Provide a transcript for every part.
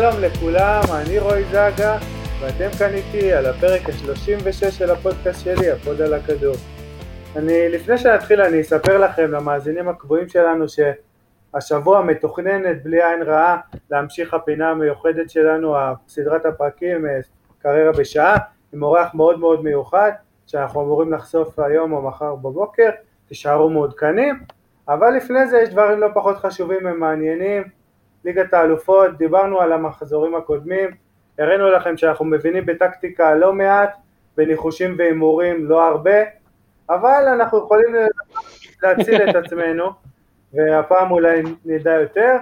שלום לכולם, אני רועי זגה, ואתם כאן איתי על הפרק ה-36 של הפודקאסט שלי, הפוד על הכדור. לפני שנתחיל אני אספר לכם, למאזינים הקבועים שלנו, שהשבוע מתוכננת בלי עין רעה להמשיך הפינה המיוחדת שלנו, סדרת הפרקים, קריירה בשעה, עם אורח מאוד מאוד מיוחד, שאנחנו אמורים לחשוף היום או מחר בבוקר, תישארו מעודכנים, אבל לפני זה יש דברים לא פחות חשובים ומעניינים. ליגת האלופות, דיברנו על המחזורים הקודמים, הראינו לכם שאנחנו מבינים בטקטיקה לא מעט, בניחושים ואימורים לא הרבה, אבל אנחנו יכולים להציל את עצמנו, והפעם אולי נדע יותר.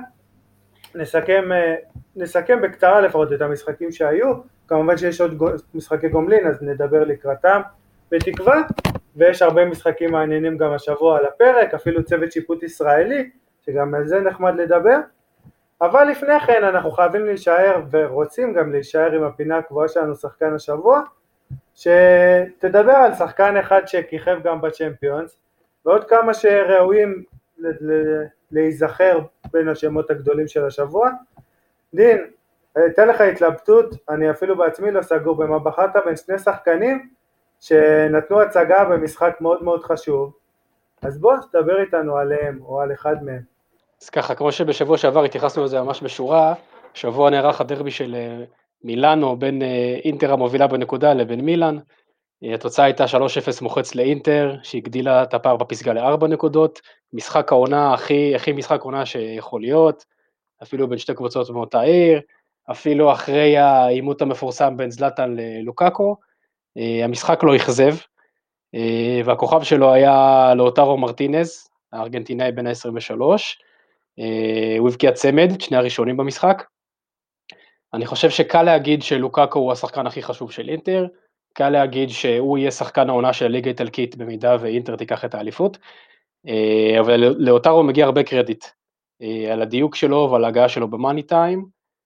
נסכם בקצרה לפחות את המשחקים שהיו, כמובן שיש עוד משחקי גומלין, אז נדבר לקראתם בתקווה, ויש הרבה משחקים מעניינים גם השבוע על הפרק, אפילו צוות שיפוט ישראלי, שגם על זה נחמד לדבר. אבל לפני כן אנחנו חייבים להישאר ורוצים גם להישאר עם הפינה הקבועה שלנו, שחקן השבוע, שתדבר על שחקן אחד שכיכב גם בצ'מפיונס, ועוד כמה שראויים להיזכר בין השמות הגדולים של השבוע. דין, אתן לך התלבטות, אני אפילו בעצמי לא סגור במה בחרת, בין שני שחקנים שנתנו הצגה במשחק מאוד מאוד חשוב, אז בוא תדבר איתנו עליהם או על אחד מהם. אז ככה, כמו שבשבוע שעבר התייחסנו לזה ממש בשורה, שבוע נערך הדרבי של מילאנו בין אינטר המובילה בנקודה לבין מילאן, התוצאה הייתה 3-0 מוחץ לאינטר, שהגדילה את הפער בפסגה ל4 נקודות, משחק העונה הכי משחק עונה שיכול להיות, אפילו בין שתי קבוצות מאותה עיר, אפילו אחרי העימות המפורסם בין זלאטן ללוקאקו, המשחק לא אכזב, והכוכב שלו היה לאוטרו מרטינז, הארגנטינאי בן ה-23, הוא הבקיע צמד, את שני הראשונים במשחק. אני חושב שקל להגיד שלוקאקו הוא השחקן הכי חשוב של אינטר, קל להגיד שהוא יהיה שחקן העונה של הליגה האיטלקית במידה ואינטר תיקח את האליפות, אבל לאוטרו מגיע הרבה קרדיט, על הדיוק שלו ועל ההגעה שלו במאני טיים,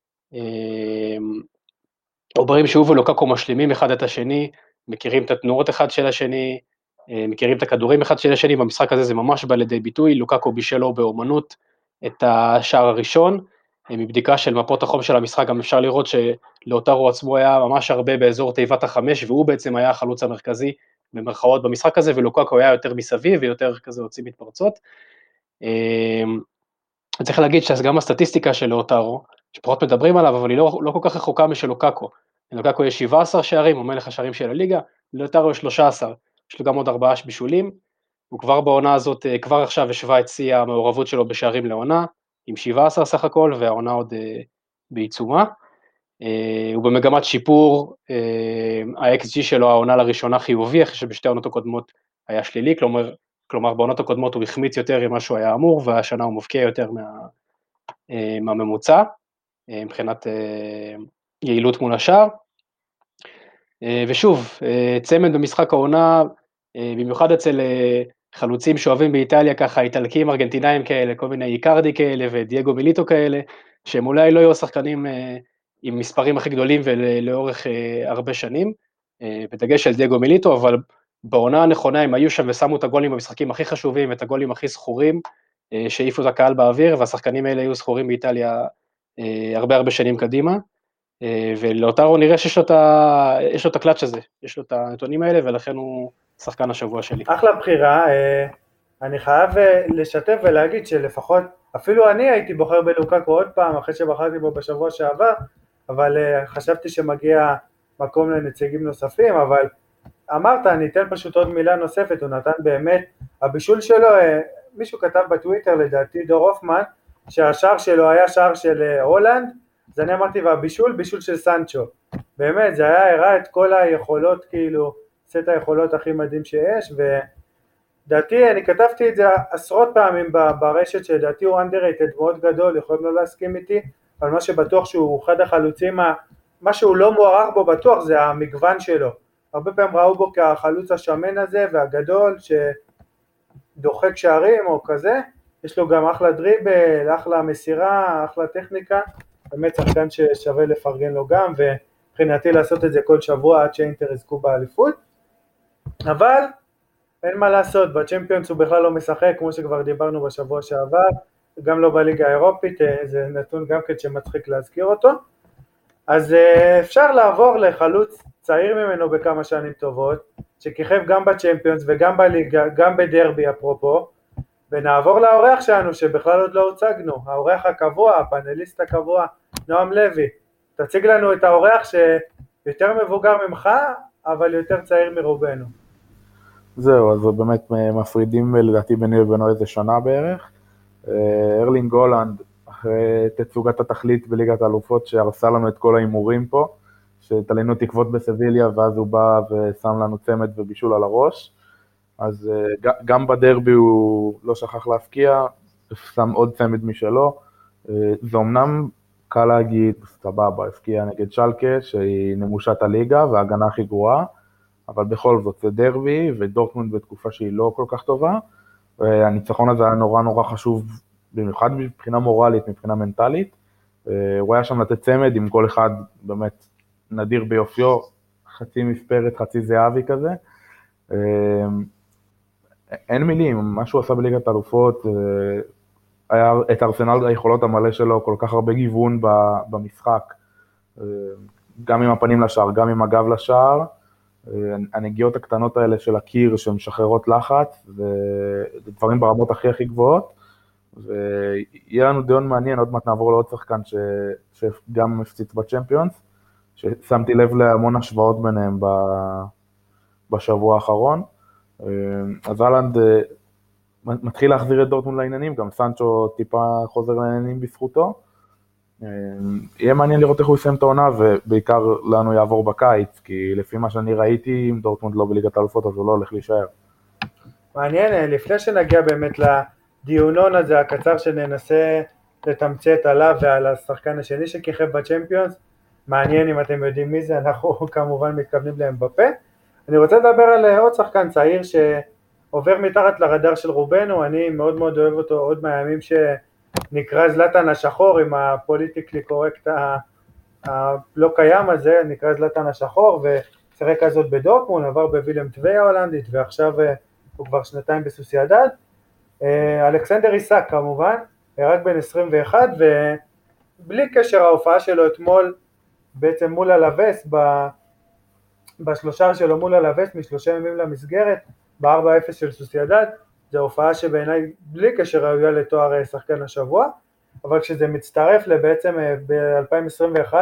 אומרים שהוא ולוקאקו משלימים אחד את השני, מכירים את התנועות אחד של השני, מכירים את הכדורים אחד של השני, במשחק הזה זה ממש בא לידי ביטוי, לוקאקו בישלו באומנות את השער הראשון, מבדיקה של מפות החום של המשחק גם אפשר לראות שלאוטרו עצמו היה ממש הרבה באזור תיבת החמש, והוא בעצם היה החלוץ המרכזי במרכאות במשחק הזה, ולוקאקו היה יותר מסביב ויותר כזה הוציא מתפרצות. צריך להגיד שגם הסטטיסטיקה של לאוטרו, שפחות מדברים עליו, אבל היא לא כל כך רחוקה משל לוקאקו. לוקאקו יש 17 שערים, הוא מלך השערים של הליגה, לאוטרו יש 13, יש לו גם עוד 4 בישולים, הוא כבר בעונה הזאת, כבר עכשיו השווה את שיא המעורבות שלו בשערים לעונה, עם 17 סך הכל, והעונה עוד בעיצומה. הוא במגמת שיפור, ה-XG שלו העונה לראשונה חיובי, אחרי שבשתי העונות הקודמות היה שלילי, כלומר בעונות הקודמות הוא החמיץ יותר ממה שהוא היה אמור, והשנה הוא מבקיע יותר מהממוצע, מבחינת יעילות מול השאר. ושוב, צמד במשחק העונה, במיוחד אצל חלוצים שאוהבים באיטליה, ככה איטלקים, ארגנטינאים כאלה, כל מיני איקרדי כאלה ודייגו מיליטו כאלה, שהם אולי לא יהיו שחקנים עם מספרים הכי גדולים ולאורך הרבה שנים, בדגש על דייגו מיליטו, אבל בעונה הנכונה הם היו שם ושמו את הגולים במשחקים הכי חשובים, את הגולים הכי זכורים, שהעיפו את הקהל באוויר, והשחקנים האלה היו זכורים באיטליה הרבה שנים קדימה, ולאוטרו נראה שיש לו את הקלאץ' הזה, יש לו את הנתונים האלה, ולכן הוא שחקן השבוע שלי. אחלה בחירה, אני חייב לשתף ולהגיד שלפחות, אפילו אני הייתי בוחר בלוקאקו עוד פעם, אחרי שבחרתי בו בשבוע שעבר, אבל חשבתי שמגיע מקום לנציגים נוספים, אבל אמרת, אני אתן פשוט עוד מילה נוספת, הוא נתן באמת, הבישול שלו, מישהו כתב בטוויטר לדעתי, דור הופמן, שהשער שלו היה שער של הולנד, אז אני אמרתי, והבישול, בישול של סנצ'ו, באמת, זה היה הראה את כל היכולות, כאילו, סט היכולות הכי מדהים שיש, ודעתי, אני כתבתי את זה עשרות פעמים ברשת, שדעתי הוא underrated מאוד גדול, יכולים לא להסכים איתי, אבל מה שבטוח שהוא אחד החלוצים, מה שהוא לא מוערך בו בטוח, זה המגוון שלו, הרבה פעמים ראו בו כחלוץ השמן הזה, והגדול, שדוחק שערים או כזה, יש לו גם אחלה דריבל, אחלה מסירה, אחלה טכניקה, באמת שחקן ששווה לפרגן לו גם, ובחינתי לעשות את זה כל שבוע עד שאינטר יזכו באליפות, אבל אין מה לעשות, בצ'מפיונס הוא בכלל לא משחק, כמו שכבר דיברנו בשבוע שעבר, גם לא בליגה האירופית, זה נתון גם כן שמצחיק להזכיר אותו, אז אפשר לעבור לחלוץ צעיר ממנו בכמה שנים טובות, שכיכב גם בצ'מפיונס וגם בליגה, גם בדרבי אפרופו, ונעבור לאורח שלנו שבכלל עוד לא הוצגנו, האורח הקבוע, הפאנליסט הקבוע, נועם לוי. תציג לנו את האורח שיותר מבוגר ממך, אבל יותר צעיר מרובנו. זהו, אז באמת מפרידים לדעתי ביני ובינו איזה שנה בערך. ארלינג הולנד, אחרי תצוגת התכלית בליגת האלופות שהרסה לנו את כל ההימורים פה, שתלינו תקוות בסביליה, ואז הוא בא ושם לנו צמד ובישול על הראש. אז גם בדרבי הוא לא שכח להפקיע, שם עוד צמד משלו. זה אמנם קל להגיד, סבבה, הפקיע נגד שלקה, שהיא נמושת הליגה וההגנה הכי גרועה, אבל בכל זאת זה דרבי, ודורטמונד בתקופה שהיא לא כל כך טובה, והניצחון הזה היה נורא נורא חשוב, במיוחד מבחינה מורלית, מבחינה מנטלית. הוא היה שם לתת צמד עם כל אחד באמת נדיר ביופיו, חצי מספרת, חצי זהבי כזה. אין מילים, מה שהוא עשה בליגת האלופות, היה את ארסנל היכולות המלא שלו, כל כך הרבה גיוון במשחק, גם עם הפנים לשער, גם עם הגב לשער, הנגיעות הקטנות האלה של הקיר שמשחררות לחץ, זה דברים ברמות הכי הכי גבוהות, ויהיה לנו דיון מעניין, עוד מעט נעבור לעוד שחקן שגם מפציץ בצ'מפיונס, ששמתי לב להמון השוואות ביניהם בשבוע האחרון. אז הלנד מתחיל להחזיר את דורטמונד לעניינים, גם סנצ'ו טיפה חוזר לעניינים בזכותו. יהיה מעניין לראות איך הוא יסיים את העונה, ובעיקר לנו יעבור בקיץ, כי לפי מה שאני ראיתי, אם דורטמונד לא בליגת האלופות, אז הוא לא הולך להישאר. מעניין, לפני שנגיע באמת לדיונון הזה הקצר שננסה לתמצת עליו ועל השחקן השני שכיכב בצ'מפיונס, מעניין אם אתם יודעים מי זה, אנחנו כמובן מתכוונים להם בפה. אני רוצה לדבר על עוד שחקן צעיר שעובר מתחת לרדאר של רובנו, אני מאוד מאוד אוהב אותו עוד מהימים שנקרא זלטן השחור, עם הפוליטיקלי קורקט הלא קיים הזה, נקרא זלטן השחור, ושחק אז עוד בדורטמונד, עבר בווילם טווי ההולנדית, ועכשיו הוא כבר שנתיים בסוסיידד. אלכסנדר איסק כמובן, רק בן 21, ובלי קשר ההופעה שלו אתמול בעצם מול הלווס, בשלושה שלו מול הלווס משלושה ימים למסגרת, ב-4-0 של סוסיידד, זו הופעה שבעיניי בלי קשר ראויה לתואר שחקן השבוע, אבל כשזה מצטרף לבעצם ב-2021,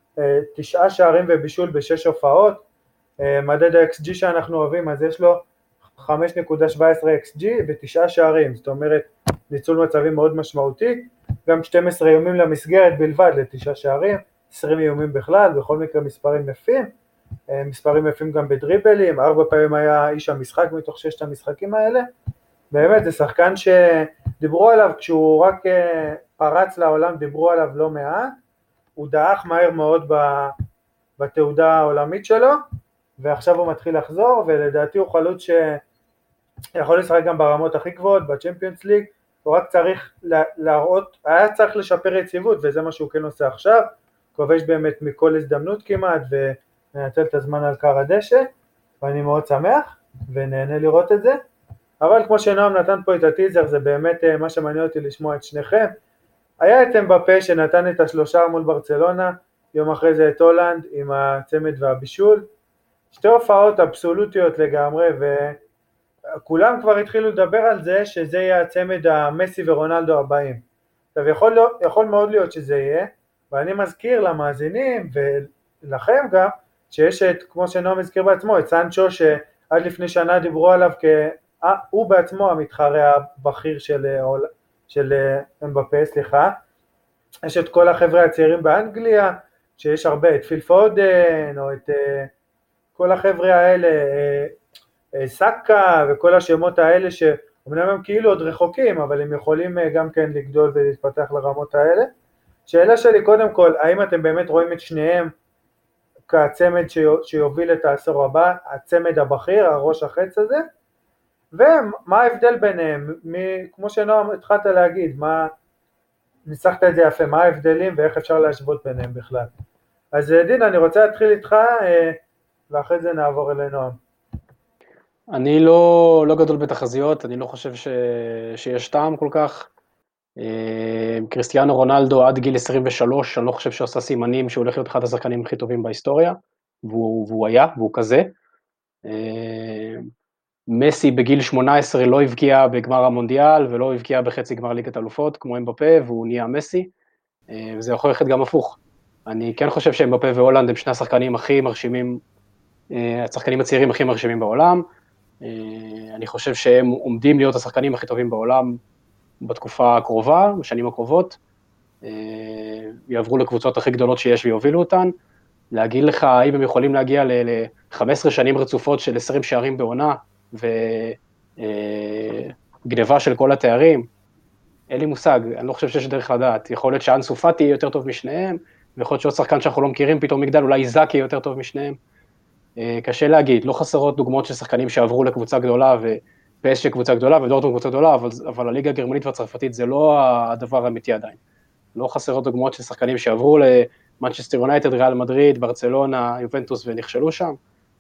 9 שערים ובישול ב6 הופעות, מדד ה-XG שאנחנו אוהבים, אז יש לו 5.17 XG ו9 שערים, זאת אומרת ניצול מצבים מאוד משמעותי, גם 12 איומים למסגרת בלבד ל9 שערים, 20 איומים בכלל, בכל מקרה מספרים יפים, מספרים יפים גם בדריבלים, 4 פעמים היה איש המשחק מתוך 6 המשחקים האלה, באמת זה שחקן שדיברו עליו כשהוא רק פרץ לעולם, דיברו עליו לא מעט, הוא דעך מהר מאוד בתעודה העולמית שלו, ועכשיו הוא מתחיל לחזור, ולדעתי הוא חלוץ שיכול לשחק גם ברמות הכי גבוהות, בצ'מפיונס ליג, הוא רק צריך להראות, היה צריך לשפר יציבות, וזה מה שהוא כן עושה עכשיו, כובש באמת מכל הזדמנות כמעט, ומנצל את הזמן על קר הדשא, ואני מאוד שמח, ונהנה לראות את זה, אבל כמו שנועם נתן פה את הטיזר, זה באמת מה שמעניין אותי לשמוע את שניכם, היה את אמבפה שנתן את השלושה מול ברצלונה, יום אחרי זה את הולנד עם הצמד והבישול, שתי הופעות אבסולוטיות לגמרי, וכולם כבר התחילו לדבר על זה שזה יהיה הצמד המסי ורונלדו הבאים. עכשיו יכול מאוד להיות שזה יהיה, ואני מזכיר למאזינים ולכם גם, שיש את, כמו שנועם הזכיר בעצמו, את סנצ'ו שעד לפני שנה דיברו עליו הוא בעצמו המתחרה הבכיר של אמבפה, סליחה. יש את כל החבר'ה הצעירים באנגליה, שיש הרבה, את פיל פודן, או את כל החבר'ה האלה, סאקה וכל השמות האלה, שאומנם הם כאילו עוד רחוקים, אבל הם יכולים גם כן לגדול ולהתפתח לרמות האלה. שאלה שלי קודם כל, האם אתם באמת רואים את שניהם כצמד שיוביל את העשור הבא, הצמד הבכיר, הראש החץ הזה? ומה ההבדל ביניהם? כמו שנועם התחלת להגיד, ניסחת את זה יפה, מה ההבדלים ואיך אפשר להשוות ביניהם בכלל. אז דין, אני רוצה להתחיל איתך, ואחרי זה נעבור לנועם. אני לא גדול בתחזיות, אני לא חושב שיש טעם כל כך. קריסטיאנו רונלדו עד גיל 23, אני לא חושב שעושה סימנים שהוא הולך להיות אחד השחקנים הכי טובים בהיסטוריה, והוא היה, והוא כזה. מסי בגיל 18 לא הבקיע בגמר המונדיאל, ולא הבקיע בחצי גמר ליגת אלופות, כמו אמבפה, והוא נהיה מסי, וזה יכול ללכת גם הפוך. אני כן חושב שאמבפה והולנד הם שני השחקנים הכי מרשימים, השחקנים הצעירים הכי מרשימים בעולם, אני חושב שהם עומדים להיות השחקנים הכי טובים בעולם בתקופה הקרובה, בשנים הקרובות, יעברו לקבוצות הכי גדולות שיש ויובילו אותן, להגיד לך האם הם יכולים להגיע ל-15 שנים רצופות של 20 שערים בעונה, וגניבה של כל התארים, אין לי מושג, אני לא חושב שיש דרך לדעת, יכול להיות שאנסו פאטי יהיה יותר טוב משניהם, ויכול להיות שעוד שחקן שאנחנו לא מכירים, פתאום מגדל, אולי איזאקי יהיה יותר טוב משניהם, קשה להגיד, לא חסרות דוגמאות של שחקנים שעברו לקבוצה גדולה, ופסג' קבוצה גדולה, ודורטמונד קבוצה גדולה, אבל הליגה הגרמנית והצרפתית זה לא הדבר האמיתי עדיין, לא חסרות דוגמאות של שחקנים שעברו למנצ'סטר יונייטד, ריאל מדריד, ברצלונה, יובנטוס ונכשלו שם,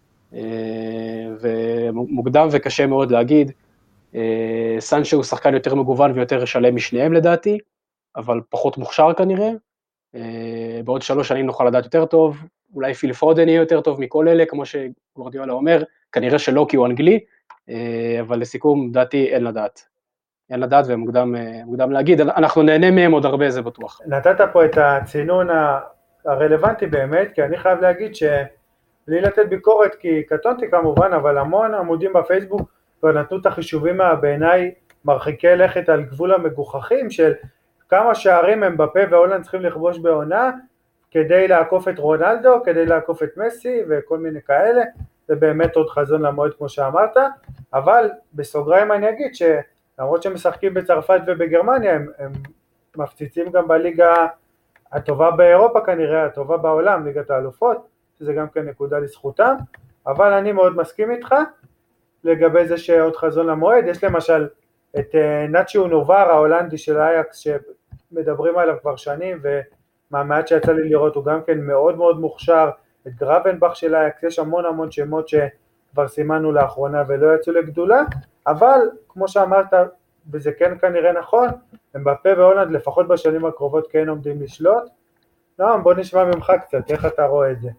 ומוקדם וקשה מאוד להגיד, סנצ'ו הוא שחקן יותר מגוון ויותר שלם משניהם לדעתי, אבל פחות מוכשר כנראה, בעוד 3 שנים נוכל לדעת יותר טוב, אולי פיל פודן יהיה יותר טוב מכל אלה, כמו שגוארדיולה אומר, כנראה שלא כי הוא אנגלי, אבל לסיכום דעתי אין לדעת. אין לדעת ומוקדם להגיד, אנחנו נהנה מהם עוד הרבה, זה בטוח. נתת פה את הצינון הרלוונטי באמת, כי אני חייב להגיד בלי לתת ביקורת, כי קטונתי כמובן, אבל המון עמודים בפייסבוק כבר נתנו את החישובים בעיניי מרחיקי לכת על גבול המגוחכים של כמה שערים אמבפה והולנד צריכים לכבוש בעונה כדי לעקוף את רונלדו, כדי לעקוף את מסי וכל מיני כאלה, זה באמת עוד חזון למועד כמו שאמרת, אבל בסוגריים אני אגיד שלמרות שהם משחקים בצרפת ובגרמניה, הם מפציצים גם בליגה הטובה באירופה כנראה, הטובה בעולם, ליגת האלופות, שזה גם כן נקודה לזכותם, אבל אני מאוד מסכים איתך לגבי זה שעוד חזון למועד. יש למשל את נאצ'יו נובר ההולנדי של אייקס שמדברים עליו כבר שנים, ומהמעט שיצא לי לראות הוא גם כן מאוד מאוד מוכשר, את גרבנבך של אייקס, יש המון שמות שכבר סימנו לאחרונה ולא יצאו לגדולה, אבל כמו שאמרת, וזה כן כנראה נכון, אמבפה והולנד לפחות בשנים הקרובות כן עומדים לשלוט. נועם, בוא נשמע ממך קצת, איך אתה רואה את זה?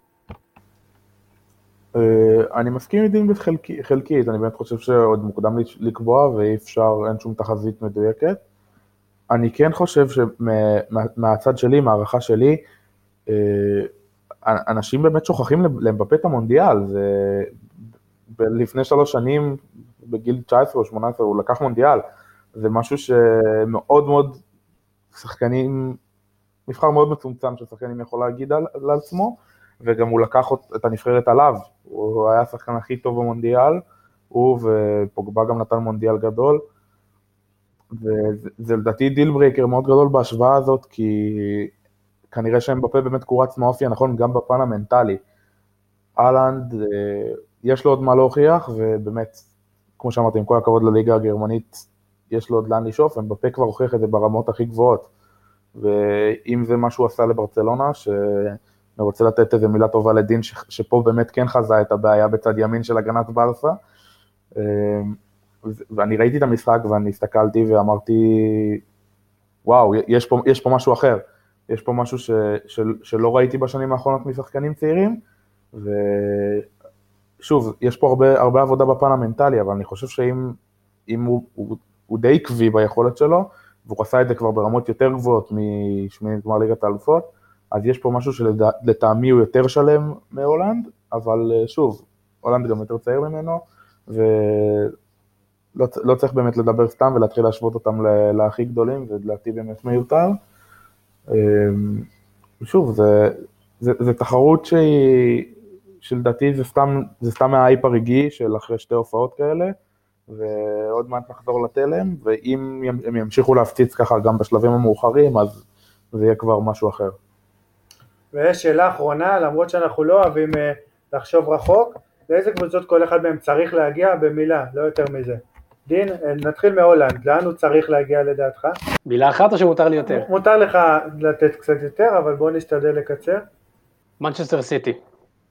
אני מסכים איתך חלקית, אני באמת חושב שעוד מוקדם לקבוע ואי אפשר, אין שום תחזית מדויקת. אני כן חושב שמהצד שלי, מהערכה שלי, אנשים באמת שוכחים לאמבפה את המונדיאל, לפני 3 שנים, בגיל 19 או 18, הוא לקח מונדיאל, זה משהו שמאוד מאוד שחקנים, מבחר מאוד מצומצם ששחקנים יכול להגיד על עצמו, וגם הוא לקח את הנבחרת עליו, הוא היה השחקן הכי טוב במונדיאל, הוא ופוגבה גם נתן מונדיאל גדול, וזה לדעתי דיל ברייקר מאוד גדול בהשוואה הזאת, כי כנראה שאמבפה באמת קורץ מאופי הנכון גם בפן המנטלי. הלנד, יש לו עוד מה להוכיח, ובאמת, כמו שאמרתי, עם כל הכבוד לליגה הגרמנית, יש לו עוד לאן לשאוף, אמבפה כבר הוכיח את זה ברמות הכי גבוהות, ואם זה מה שהוא עשה לברצלונה, אני רוצה לתת איזו מילה טובה לדין, שפה באמת כן חזה את הבעיה בצד ימין של הגנת ברסה, ואני ראיתי את המשחק ואני הסתכלתי ואמרתי, וואו, יש פה משהו אחר, יש פה משהו שלא ראיתי בשנים האחרונות משחקנים צעירים, ושוב, יש פה הרבה עבודה בפן המנטלי, אבל אני חושב שאם הוא די עקבי ביכולת שלו, והוא עשה את זה כבר ברמות יותר גבוהות משמינית גמר ליגת האלופות, אז יש פה משהו שלטעמי הוא יותר שלם מהולנד, אבל שוב, הולנד גם יותר צעיר ממנו, ולא צריך באמת לדבר סתם ולהתחיל להשוות אותם להכי גדולים, ולדעתי באמת מיותר. שוב, זה תחרות שלדעתי זה סתם מהאייפ הרגעי של אחרי 2 הופעות כאלה, ועוד מעט נחזור לתלם, ואם הם ימשיכו להפציץ ככה גם בשלבים המאוחרים, אז זה יהיה כבר משהו אחר. ויש שאלה אחרונה, למרות שאנחנו לא אוהבים לחשוב רחוק, לאיזה קבוצות כל אחד מהם צריך להגיע במילה, לא יותר מזה. דין, נתחיל מהולנד, לאן הוא צריך להגיע לדעתך? מילה אחת או שמותר לי יותר? מותר לך לתת קצת יותר, אבל בואו נשתדל לקצר. מנצ'סטר סיטי.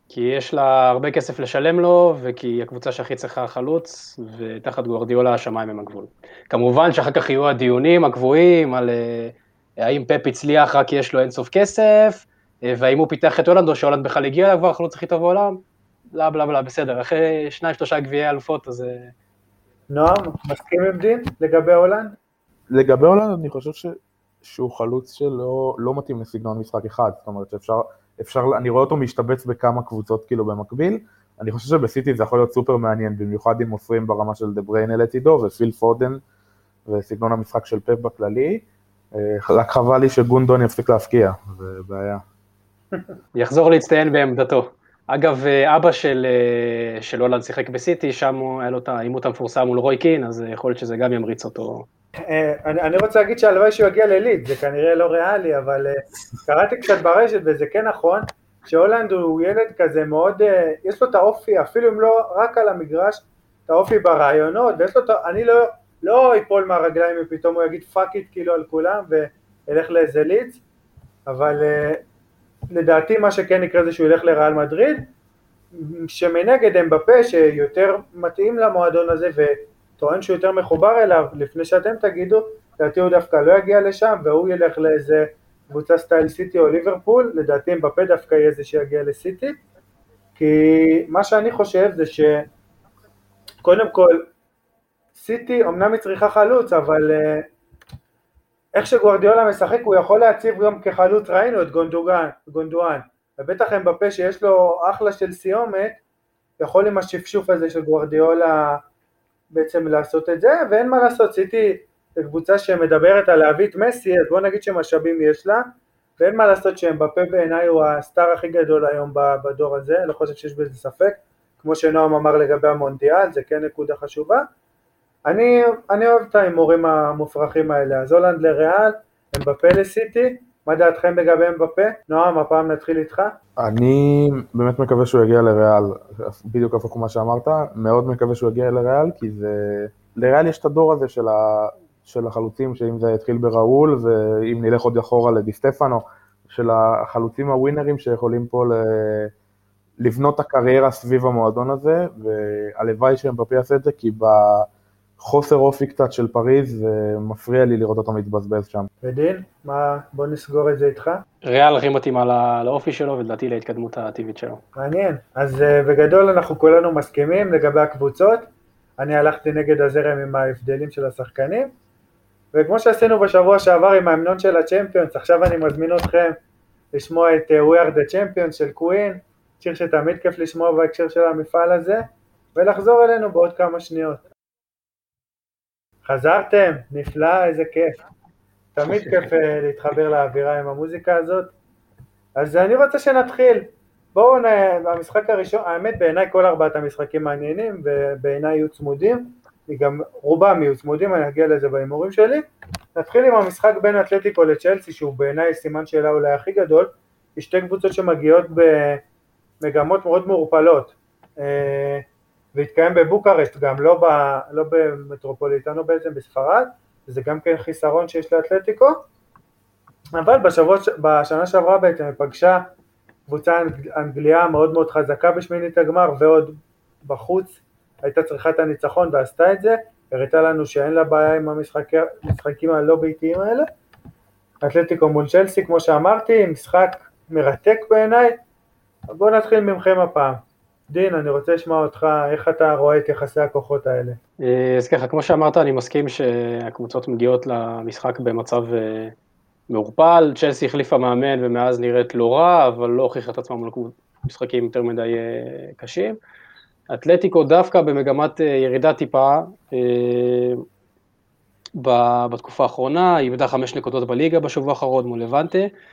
כי יש לה הרבה כסף לשלם לו, וכי היא הקבוצה שהכי צריכה חלוץ, ותחת גוארדיולה השמיים הם הגבול. כמובן שאחר כך יהיו הדיונים הקבועים על האם פפ הצליח רק כי יש לו אינסוף כסף, והאם הוא פיתח את הולנד, או שהולנד בכלל הגיע כבר החלוץ הכי טוב בעולם, בלה בלה בלה, בסדר, אחרי 2-3 גביעי אלופות, אז... נועם, מסכים עם דין לגבי הולנד? לגבי הולנד אני חושב שהוא חלוץ שלא לא מתאים לסגנון משחק אחד, זאת אומרת שאפשר, אני רואה אותו משתבץ בכמה קבוצות כאילו במקביל, אני חושב שבסיטי זה יכול להיות סופר מעניין, במיוחד אם מוסרים ברמה של דה בריינה לצידו ופיל פודן וסגנון המשחק של פפ בכללי, רק חבל לי שגונדון יפסיק להפקיע, זה בעיה. יחזור להצטיין בעמדתו. אגב, אבא של הולנד שיחק בסיטי, שם היה לו את העימות המפורסם מול רוי קין, אז יכול להיות שזה גם ימריץ אותו. אני רוצה להגיד שהלוואי שהוא יגיע לליד, זה כנראה לא ריאלי, אבל קראתי קצת ברשת וזה כן נכון, שהולנד הוא ילד כזה מאוד, יש לו את האופי, אפילו אם לא רק על המגרש, את האופי ברעיונות, אני לא אפול מהרגליים ופתאום הוא יגיד פאק איט כאילו על כולם וילך לאיזה לידס, אבל לדעתי מה שכן יקרה זה שהוא ילך לריאל מדריד, שמנגד אמבפה שיותר מתאים למועדון הזה וטוען שהוא יותר מחובר אליו, לפני שאתם תגידו, לדעתי הוא דווקא לא יגיע לשם והוא ילך לאיזה קבוצה סטייל סיטי או ליברפול, לדעתי אמבפה דווקא יהיה זה שיגיע לסיטי, כי מה שאני חושב זה שקודם כל סיטי אמנם היא צריכה חלוץ, אבל איך שגוארדיולה משחק הוא יכול להציב גם כחלוץ, ראינו את גונדואן, ובטח אמבפה שיש לו אחלה של סיומת, יכול עם השפשוף הזה של גוארדיולה בעצם לעשות את זה, ואין מה לעשות, סיטי זו קבוצה שמדברת על להביא את מסי, אז בוא נגיד שמשאבים יש לה, ואין מה לעשות שאמבפה בעיניי הוא הסטאר הכי גדול היום בדור הזה, לא חושב שיש בזה ספק, כמו שנועם אמר לגבי המונדיאל, זה כן נקודה חשובה, אני אוהב את ההימורים המופרכים האלה, אז הולנד לריאל, אמבפה לסיטי, מה דעתכם לגבי אמבפה? נועם, הפעם נתחיל איתך. אני באמת מקווה שהוא יגיע לריאל, בדיוק הפוך מה שאמרת, מאוד מקווה שהוא יגיע לריאל, כי לריאל יש את הדור הזה של החלוצים, שאם זה יתחיל בראול, ואם נלך עוד אחורה לדי סטפנו, של החלוצים הווינרים שיכולים פה לבנות את הקריירה סביב המועדון הזה, והלוואי שאמבפה יעשה את זה, כי חוסר אופי קצת של פריז, ומפריע לי לראות אותו מתבזבז שם. ודין, בוא נסגור את זה איתך. ריאל הכי מתאימה לאופי שלו, ולדעתי להתקדמות הטבעית שלו. מעניין, אז בגדול אנחנו כולנו מסכימים לגבי הקבוצות, אני הלכתי נגד הזרם עם ההבדלים של השחקנים, וכמו שעשינו בשבוע שעבר עם ההמנון של הצ'מפיונס, עכשיו אני מזמין אתכם לשמוע את We are the Champions של קווין, שיר שתמיד כיף לשמוע בהקשר של המפעל הזה, ולחזור אלינו בעוד כמה שניות. חזרתם, נפלא, איזה כיף. תמיד כיף להתחבר לאווירה עם המוזיקה הזאת. אז אני רוצה שנתחיל. בואו, המשחק הראשון, האמת בעיניי כל ארבעת המשחקים מעניינים, ובעיניי יהיו צמודים, גם רובם יהיו צמודים, אני אגיע לזה בהימורים שלי. נתחיל עם המשחק בין אתלטיקו לצ'לסי, שהוא בעיניי סימן שאלה אולי הכי גדול, יש שתי קבוצות שמגיעות במגמות מאוד מעורפלות. והתקיים בבוקרשט, גם לא במטרופוליטנו בעצם בספרד, וזה גם כן חיסרון שיש לאתלטיקו, אבל בשנה שעברה בעצם פגשה קבוצה אנגליה מאוד מאוד חזקה בשמינית הגמר, ועוד בחוץ הייתה צריכה את הניצחון ועשתה את זה, הראתה לנו שאין לה בעיה עם המשחקים הלא ביתיים האלה. אתלטיקו מול צ'לסי, כמו שאמרתי, משחק מרתק בעיניי, בואו נתחיל ממכם הפעם. דין, אני רוצה לשמוע אותך, איך אתה רואה את יחסי הכוחות האלה? אז ככה, כמו שאמרת, אני מסכים שהקבוצות מגיעות למשחק במצב מעורפל, צ'לסי החליפה מאמן ומאז נראית לא רע, אבל לא הוכיחה את עצמם למשחקים יותר מדי קשים. אתלטיקו דווקא במגמת ירידה טיפה, בתקופה האחרונה, היא איבדה 5 נקודות בליגה בשבוע האחרון מול לבנטה,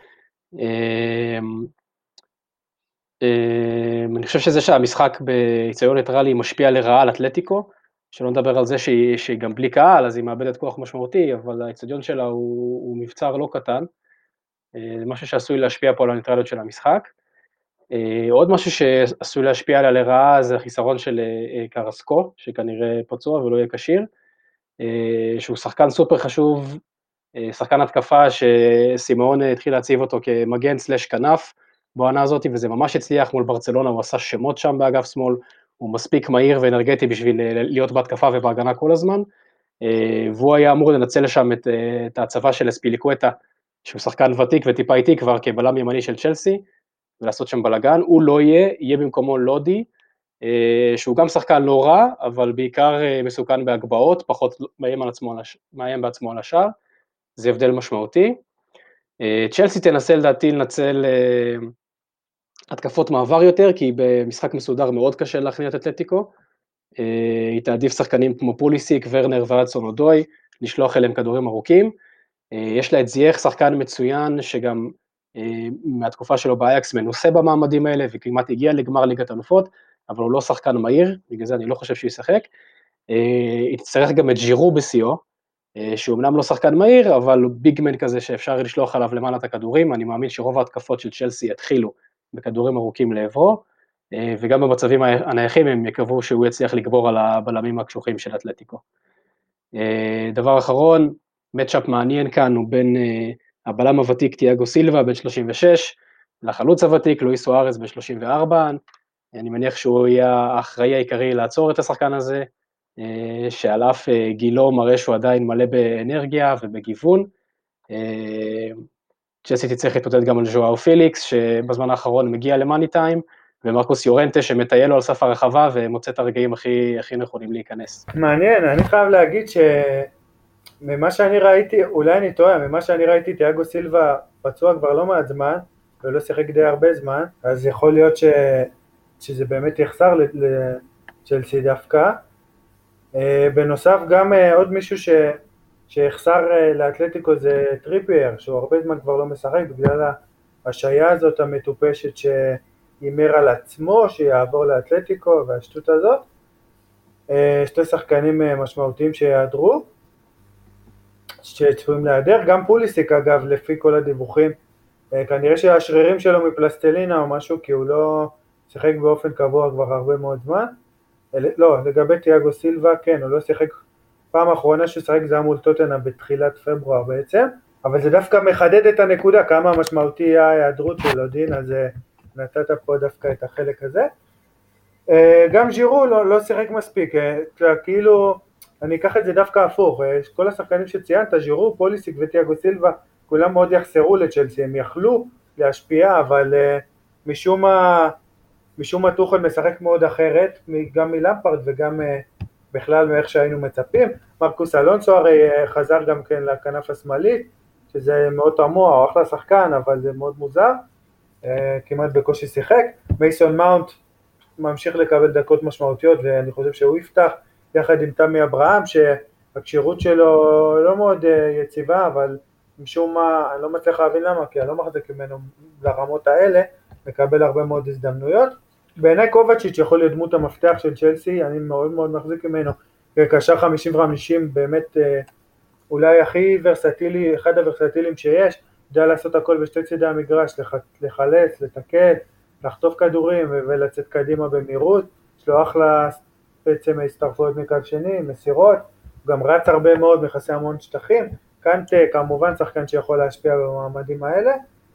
אני חושב שזה שהמשחק באיצטדיון ניטרלי משפיע לרעה על אתלטיקו, שלא נדבר על זה שהיא גם בלי קהל, אז היא מאבדת כוח משמעותי, אבל האיצטדיון שלה הוא מבצר לא קטן, משהו שעשוי להשפיע פה על הניטרליות של המשחק. עוד משהו שעשוי להשפיע עליה לרעה זה החיסרון של קרסקו, שכנראה פצוע ולא יהיה כשיר, שהוא שחקן סופר חשוב, שחקן התקפה שסימאון התחיל להציב אותו כמגן סלש כנף, בעונה הזאת, וזה ממש הצליח מול ברצלונה, הוא עשה שמות שם באגף שמאל, הוא מספיק מהיר ואנרגטי בשביל להיות בהתקפה ובהגנה כל הזמן, והוא היה אמור לנצל שם את ההצבה של אספיליקווטה, שהוא שחקן ותיק וטיפה איטי כבר כבלם ימני של צ'לסי, ולעשות שם בלגן, הוא לא יהיה במקומו לודי, שהוא גם שחקן לא רע, אבל בעיקר מסוכן בהגבהות, פחות מאיים בעצמו על השאר, זה הבדל משמעותי. צ'לסי תנסה לדעתי לנצל התקפות מעבר יותר, כי במשחק מסודר מאוד קשה להכניע את אתלטיקו, היא תעדיף שחקנים כמו פוליסיק, ורנר ואדסון אודוי, לשלוח אליהם כדורים ארוכים, יש לה את זייח, שחקן מצוין, שגם מהתקופה שלו באייקס מנוסה במעמדים האלה, וכמעט הגיע לגמר ליגת אלופות, אבל הוא לא שחקן מהיר, בגלל זה אני לא חושב שהוא ישחק, היא תצטרך גם את ג'ירו בסיו, שהוא אמנם לא שחקן מהיר, אבל הוא ביגמן כזה שאפשר לשלוח עליו למעלה את הכדורים, אני מאמין שרוב ההתקפות של צ'לסי יתחילו בכדורים ארוכים לעברו, וגם במצבים הנייחים הם יקוו שהוא יצליח לגבור על הבלמים הקשוחים של אתלטיקו. דבר אחרון, מצ'אפ מעניין כאן הוא בין הבלם הוותיק תיאגו סילבה בן 36, לחלוץ הוותיק לואיס סוארז בן 34, אני מניח שהוא יהיה האחראי העיקרי לעצור את השחקן הזה, שעל אף גילו מראה שהוא עדיין מלא באנרגיה ובגיוון, צ'לסי תצטרך להתמודד גם על ז'ואאו פיליקס, שבזמן האחרון מגיע למאני טיים, ומרקוס יורנטה שמטייל לו על סף הרחבה, ומוצא את הרגעים הכי נכונים להיכנס. מעניין, אני חייב להגיד שממה שאני ראיתי, אולי אני טועה, ממה שאני ראיתי תיאגו סילבה פצוע כבר לא מעט זמן, ולא שיחק די הרבה זמן, אז יכול להיות שזה באמת יחסר לצ'לסי דווקא. בנוסף גם עוד מישהו שיחסר לאתלטיקו זה טריפייר, שהוא הרבה זמן כבר לא משחק בגלל השעיה הזאת המטופשת שאימר על עצמו שיעבור לאתלטיקו והשטות הזאת. שתי שחקנים משמעותיים שיעדרו, שצפויים להיעדר, גם פוליסיק אגב לפי כל הדיווחים, כנראה שהשרירים שלו מפלסטלינה או משהו כי הוא לא שיחק באופן קבוע כבר הרבה מאוד זמן. לא, לגבי תיאגו סילבה, כן, הוא לא שיחק, פעם האחרונה ששחק זה היה מול טוטנהאם בתחילת פברואר בעצם, אבל זה דווקא מחדד את הנקודה, כמה משמעותי היה ההיעדרות של אודין, אז נתת פה דווקא את החלק הזה. גם ז'ירו לא שיחק מספיק, כאילו, אני אקח את זה דווקא הפוך, כל השחקנים שציינת, ז'ירו, פוליסיק ותיאגו סילבה, כולם מאוד יחסרו לצ'לסי, הם יכלו להשפיע, אבל משום מה טוחל משחק מאוד אחרת, גם מלמפרד וגם בכלל מאיך שהיינו מצפים. מרקוס אלונסו הרי חזר גם כן לכנף השמאלית, שזה מאוד תמוה, הוא אחלה שחקן, אבל זה מאוד מוזר, כמעט בקושי שיחק. מייסון מאונט ממשיך לקבל דקות משמעותיות, ואני חושב שהוא יפתח, יחד עם תמי אברהם, שהקשירות שלו לא מאוד יציבה, אבל משום מה, אני לא מצליח להבין למה, כי אני לא מחזיק ממנו לרמות האלה, מקבל הרבה מאוד הזדמנויות. בעיניי קובצ'יץ' יכול להיות דמות המפתח של צ'לסי, אני מאוד מאוד מחזיק ממנו, כקשר 50-50, באמת אולי הכי ורסטילי, אחד הוורסטילים שיש, יודע לעשות הכל בשתי צידי המגרש, לחלץ, לתקל, לחטוף כדורים ולצאת קדימה במהירות, יש לו אחלה בעצם הסתרפויות מקו שני, מסירות, גם רץ הרבה מאוד, מכסה המון שטחים, קנטה כמובן שחקן שיכול להשפיע במעמדים האלה.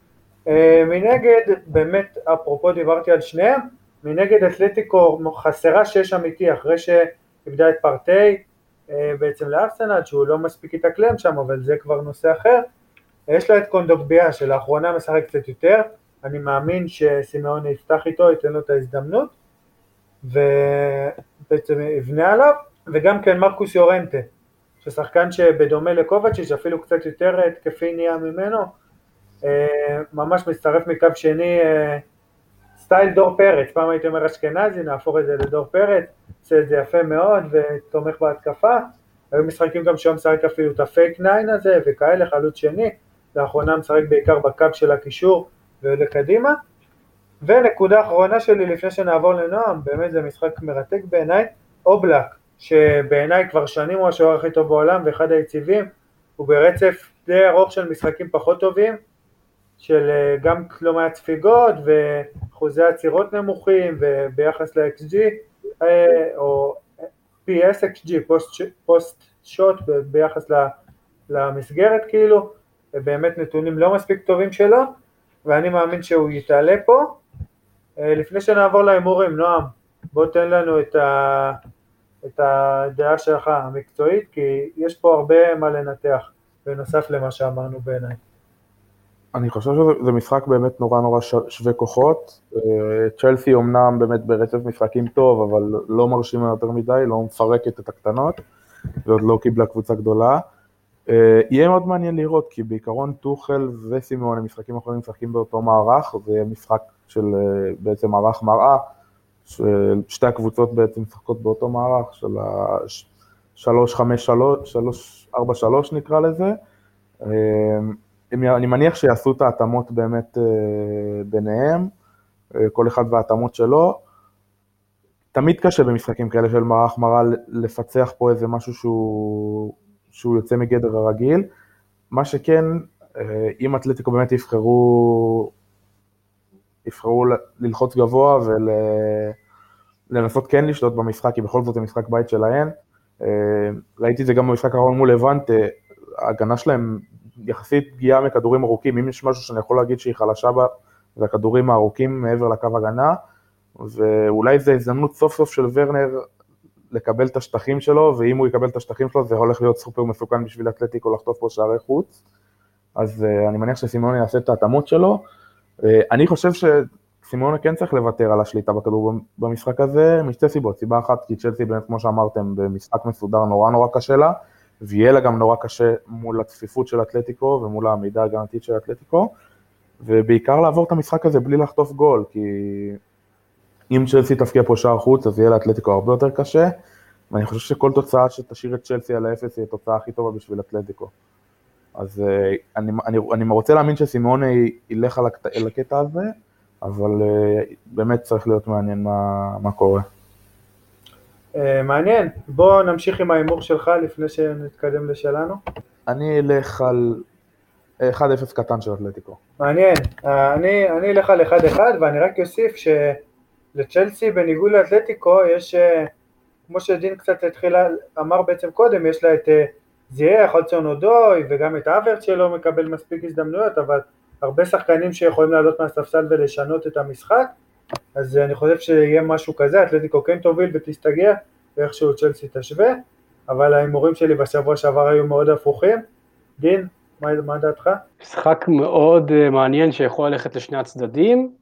מנגד, באמת אפרופו דיברתי על שניהם, מנגד אתלטיקו חסרה שש אמיתי אחרי שאיבדה את פרטי בעצם לארסנל, שהוא לא מספיק התאקלם שם, אבל זה כבר נושא אחר. יש לה את קונדוקביה שלאחרונה משחק קצת יותר, אני מאמין שסימאון יפתח איתו, ייתן לו את ההזדמנות ובעצם יבנה עליו, וגם כן מרקוס יורנטה, ששחקן שבדומה לקובצ'יץ' אפילו קצת יותר התקפי נהיה ממנו, ממש מצטרף מקו שני, סטייל דור פרץ, פעם הייתי אומר אשכנזי, נהפוך את זה לדור פרץ, עושה את זה יפה מאוד ותומך בהתקפה, היו משחקים גם שהוא משחק אפילו את הפייק 9 הזה וכאלה, חלוץ שני, לאחרונה משחק בעיקר בקו של הקישור ולקדימה. ונקודה אחרונה שלי לפני שנעבור לנועם, באמת זה משחק מרתק בעיניי, אובלק, שבעיניי כבר שנים הוא השוער הכי טוב בעולם ואחד היציבים, הוא ברצף די ארוך של משחקים פחות טובים, של גם לא מעט ספיגות וחוזי עצירות נמוכים וביחס ל-XG או PSXG, פוסט שוט ביחס למסגרת כאילו, באמת נתונים לא מספיק טובים שלו, ואני מאמין שהוא יתעלה פה. לפני שנעבור להימורים, נועם, בוא תן לנו את הדעה שלך המקצועית, כי יש פה הרבה מה לנתח, בנוסף למה שאמרנו בעיניי. אני חושב שזה משחק באמת נורא שווה כוחות. צ'לסי אומנם באמת ברצף משחקים טוב, אבל לא מרשימה יותר מדי, לא מפרקת את הקטנות, ועוד לא קיבלה קבוצה גדולה. יהיה מאוד מעניין לראות, כי בעיקרון טוחל וסימאון הם משחקים אחרים משחקים באותו מערך, זה משחק של בעצם מערך מראה, שתי הקבוצות בעצם משחקות באותו מערך, של ה-3-5-3 נקרא לזה. אני מניח שיעשו את ההתאמות באמת ביניהם, כל אחד וההתאמות שלו. תמיד קשה במשחקים כאלה של מערך מראה לפצח פה איזה משהו שהוא יוצא מגדר הרגיל. מה שכן, אם אתלטיקו באמת יבחרו ללחוץ גבוה ולנסות כן לשלוט במשחק, כי בכל זאת זה משחק בית שלהם. ראיתי את זה גם במשחק האחרון מול לבנטה, ההגנה שלהם יחסית פגיעה מכדורים ארוכים. אם יש משהו שאני יכול להגיד שהיא חלשה בה, זה הכדורים הארוכים מעבר לקו הגנה, ואולי זה הזדמנות סוף סוף של ורנר לקבל את השטחים שלו, ואם הוא יקבל את השטחים שלו, זה הולך להיות סופר מסוכן בשביל אתלטיקו לחטוף פה שערי חוץ. אז אני מניח שסימאונה יעשה את ההתאמות שלו. אני חושב שסימאונה כן צריך לוותר על השליטה בכדור במשחק הזה, משתי סיבות. סיבה אחת, כי צ'לסי באמת, כמו שאמרתם, במשחק מסודר נורא קשה לה, ויהיה לה גם נורא קשה מול הצפיפות של אתלטיקו, ומול העמידה הגנתית של אתלטיקו, ובעיקר לעבור את המשחק הזה בלי לחטוף גול, כי אם צ'לסי תפקיע פה שער חוץ, אז יהיה לאתלטיקו הרבה יותר קשה, ואני חושב שכל תוצאה שתשאיר את צ'לסי על האפס, היא התוצאה הכי טובה בשביל אתלטיקו. אז אני רוצה להאמין שסימאונה ילך על הקטע הזה, אבל באמת צריך להיות מעניין מה קורה. מעניין, בוא נמשיך עם ההימור שלך לפני שנתקדם לשלנו. אני אלך על 1-0 קטן של אתלטיקו. מעניין, אני אלך על 1-1, ואני רק אוסיף שלצ'לסי בניגוד לאתלטיקו יש, כמו שדין קצת התחילה, אמר בעצם קודם, יש לה את זייח, הודסון אודוי, וגם את האברט שלו מקבל מספיק הזדמנויות, אבל הרבה שחקנים שיכולים לעלות מהספסל ולשנות את המשחק, אז אני חושב שיהיה משהו כזה, אתלטיקו כן תוביל ותסתגר, ואיכשהו צ'לסי תשווה, אבל ההימורים שלי בשבוע שעבר היו מאוד הפוכים. דין, מה דעתך? משחק מאוד מעניין שיכול ללכת לשני הצדדים,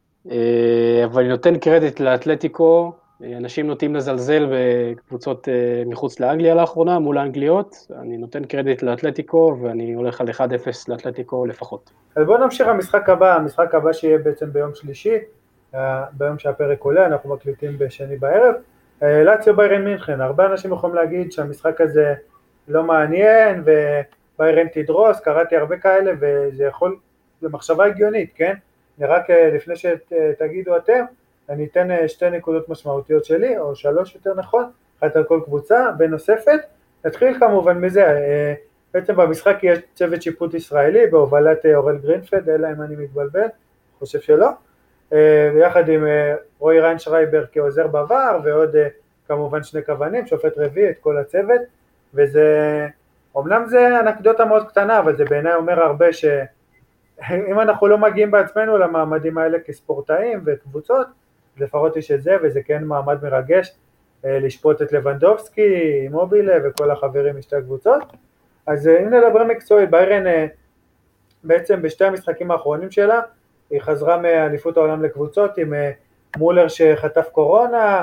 אבל אני נותן קרדיט לאתלטיקו. אנשים נוטים לזלזל בקבוצות מחוץ לאנגליה לאחרונה, מול האנגליות. אני נותן קרדיט לאתלטיקו, ואני הולך על 1-0 לאתלטיקו לפחות. אז בואו נמשיך המשחק הבא, המשחק הבא שיהיה בעצם ביום שלישי, ביום שהפרק עולה, אנחנו מקליטים בשני בערב, לאציו ביירן מינכן. הרבה אנשים יכולים להגיד שהמשחק הזה לא מעניין, וביירן תדרוס, קראתי הרבה כאלה, וזה יכול, זה מחשבה הגיונית, כן? רק לפני שתגידו אתם, אני אתן 2 נקודות משמעותיות שלי, או 3 יותר נכון, אחת על כל קבוצה, בנוספת. נתחיל כמובן מזה, בעצם במשחק יש צוות שיפוט ישראלי, בהובלת אורל גרינפלד, אלא אם אני מתבלבל, חושב שלא, ביחד עם רועי ריינשרייבר כעוזר בעבר, ועוד כמובן 2 כוונים, שופט רביעי, את כל הצוות, וזה, אומנם זה אנקדוטה מאוד קטנה, אבל זה בעיניי אומר הרבה שאם אנחנו לא מגיעים בעצמנו למעמדים האלה כספורטאים וקבוצות, לפחות יש את זה, וזה כן מעמד מרגש, לשפוט את לבנדובסקי, מובילה וכל החברים משתי הקבוצות. אז אם נדבר מקצועית, ביירן בעצם בשתי המשחקים האחרונים שלה, היא חזרה מאליפות העולם לקבוצות עם מולר שחטף קורונה,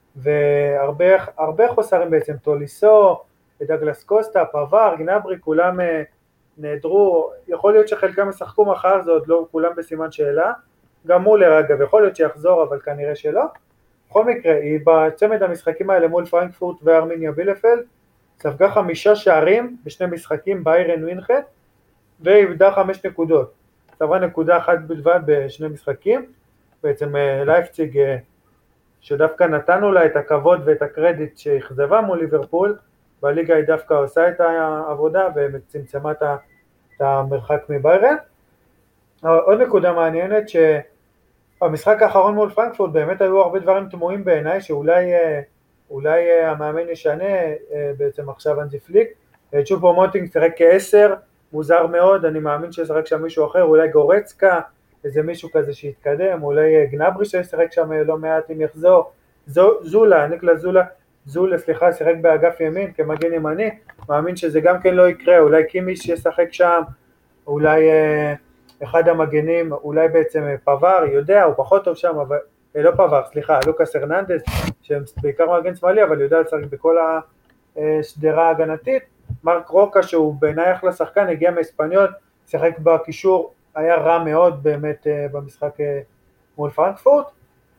והרבה חוסרים בעצם, טוליסו, דגלס קוסטה, פאבר, גנברי, כולם נעדרו, יכול להיות שחלקם ישחקו מחר, זה עוד לא כולם בסימן שאלה, גם מולר אגב, יכול להיות שיחזור, אבל כנראה שלא. בכל מקרה, היא בצמד המשחקים האלה מול פרנקפורט וארמיניה בילפלד, ספגה 5 שערים בשני משחקים ביירן מינכן, ואיבדה 5 נקודות. ספגה נקודה אחת בלבד בשני משחקים, בעצם לייפציג, שדווקא נתנו לה את הכבוד ואת הקרדיט שהכזבה מול ליברפול, בליגה היא דווקא עושה את העבודה וצמצמה את המרחק מביירן. עוד נקודה מעניינת, שהמשחק האחרון מול פרנקפורט באמת היו הרבה דברים תמוהים בעיניי, שאולי המאמן ישנה, בעצם עכשיו אנזי פליק, צ'ופו מוטינג שחק כ10, מוזר מאוד, אני מאמין ששחק שם מישהו אחר, אולי גורצקה, איזה מישהו כזה שיתקדם, אולי גנברי שישחק שם לא מעט אם יחזור, זולה, ניקלה זולה, סליחה, שיחק באגף ימין כמגן ימני, מאמין שזה גם כן לא יקרה, אולי קימיש ישחק שם, אולי אחד המגנים, אולי בעצם פבר, יודע, הוא פחות טוב שם, אבל לא פבר, סליחה, לוקאס הרננדז, שבעיקר מגן שמאלי, אבל יודע לשחק בכל השדרה ההגנתית, מרק רוקה שהוא בעיניי אחלה שחקן, הגיע מאספניול, שיחק בקישור, היה רע מאוד באמת במשחק מול פרנקפורט,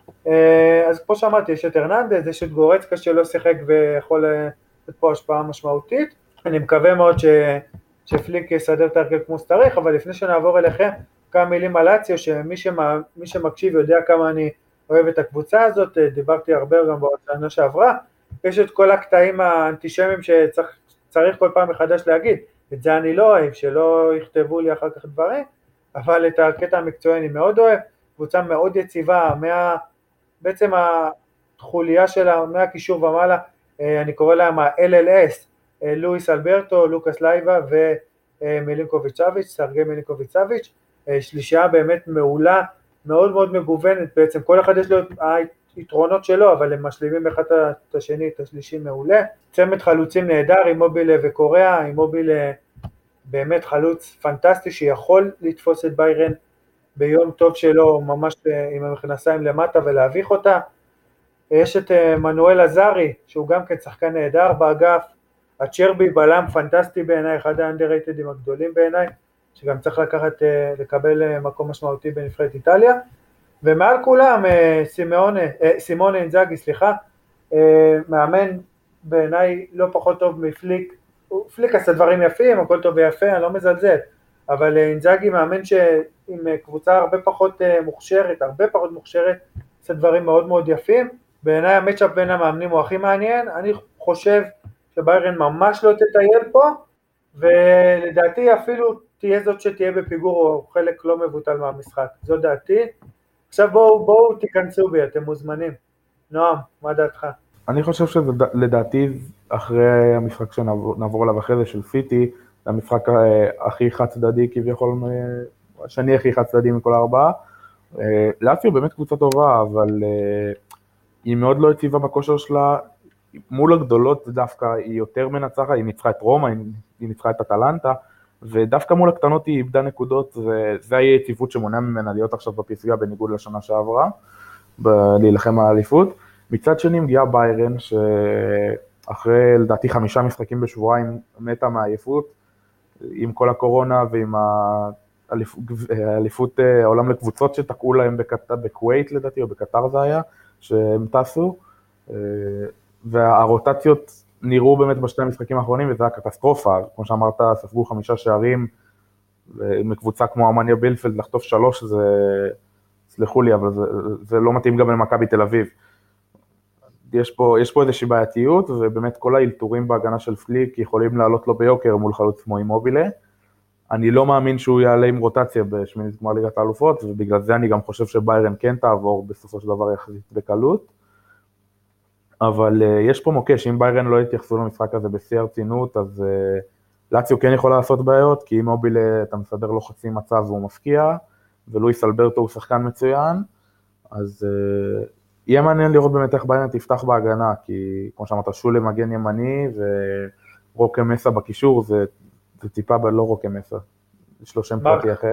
אז כמו שאמרתי, יש את הרננדז, יש את גורצקה שלא שיחק ויכול לתת פה השפעה משמעותית, אני מקווה מאוד שפליק יסדר את ההרכב כמו שצריך, אבל לפני שנעבור אליכם, כמה מילים על לאציו, שמי שמקשיב יודע כמה אני אוהב את הקבוצה הזאת, דיברתי הרבה גם בשנה שעברה, יש את כל הקטעים האנטישמיים שצריך כל פעם מחדש להגיד, את זה אני לא אוהב, שלא יכתבו לי אחר כך דברים, אבל את הקטע המקצועי אני מאוד אוהב, קבוצה מאוד יציבה, בעצם החוליה שלה, מהקישור ומעלה, אני קורא להם ה-LLS, לואיס אלברטו, לוקאס לייבה ומילינקוביץ' סאביץ', סרגי מילינקוביץ' סאביץ', שלישייה באמת מעולה, מאוד מאוד מגוונת, בעצם כל אחד יש לו היתרונות שלו, אבל הם משלימים אחד את השני, את השלישי מעולה, צמד חלוצים נהדר, אימובילה וקוריאה, אימובילה באמת חלוץ פנטסטי שיכול לתפוס את ביירן ביום טוב שלו, ממש עם המכנסיים למטה ולהביך אותה, יש את מנואל עזרי, שהוא גם כן שחקן נהדר באגף, הצ'רבי בלם פנטסטי בעיניי, אחד האנדררייטדים הגדולים בעיניי, שגם צריך לקבל מקום משמעותי בנבחרת איטליה, ומעל כולם סימונה אינזאגי, סליחה, מאמן בעיניי לא פחות טוב מפליק, פליק עשה דברים יפים, הכל טוב ויפה, אני לא מזלזל, אבל אינזאגי מאמן עם קבוצה הרבה פחות מוכשרת, עושה דברים מאוד מאוד יפים, בעיניי המצ'אפ בין המאמנים הוא הכי מעניין, אני חושב שביירן ממש לא תטייל פה, ולדעתי אפילו תהיה זאת שתהיה בפיגור או חלק לא מבוטל מהמשחק, זו דעתי. עכשיו בואו תיכנסו בי, אתם מוזמנים. נועם, מה דעתך? אני חושב שלדעתי אחרי המשחק שנעבור עליו אחרי זה של סיטי, זה המשחק הכי חד צדדי כביכול, השני הכי חד צדדי מכל הארבעה, לאציו באמת קבוצה טובה, אבל היא מאוד לא יציבה בכושר שלה, מול הגדולות דווקא היא יותר מנצחת, היא ניצחה את רומא, היא ניצחה את אטלנטה, ודווקא מול הקטנות היא איבדה נקודות, וזה היה יציבות שמונע ממנה להיות עכשיו בפסגה בניגוד לשנה שעברה, להילחם על האליפות. מצד שני מגיעה ביירן, שאחרי לדעתי 5 משחקים בשבועיים מתה מהעייפות, עם כל הקורונה ועם האליפות העולם לקבוצות שתקעו להם בקווייט לדעתי, או בקטר זה היה, שהם טסו, והרוטציות נראו באמת בשתי המשחקים האחרונים, וזה היה קטסטרופה, כמו שאמרת, ספגו 5 שערים, מקבוצה כמו אמניה בילפלד, לחטוף 3, זה, סלחו לי, אבל זה לא מתאים גם למכבי תל אביב. יש פה איזושהי בעייתיות, ובאמת כל האלתורים בהגנה של פליק יכולים לעלות לו ביוקר מול חלוץ כמו אימובילה. אני לא מאמין שהוא יעלה עם רוטציה בשמינית גמר ליגת האלופות, ובגלל זה אני גם חושב שביירן כן תעבור בסופו של דבר יחסית בקלות. אבל יש פה מוקש, אם ביירן לא יתייחסו למשחק הזה בשיא הרצינות, אז לאציו כן יכול לעשות בעיות, כי אימובילה אתה מסדר לו חצי מצב והוא מפקיע, ולואיס אלברטו הוא שחקן מצוין, אז יהיה מעניין לראות באמת איך ביירן תפתח בהגנה, כי כמו שאמרת, שולה מגן ימני, ורוקה מסה בקישור, זה טיפה לא רוקה מסה, יש לו שם פרטי אחר.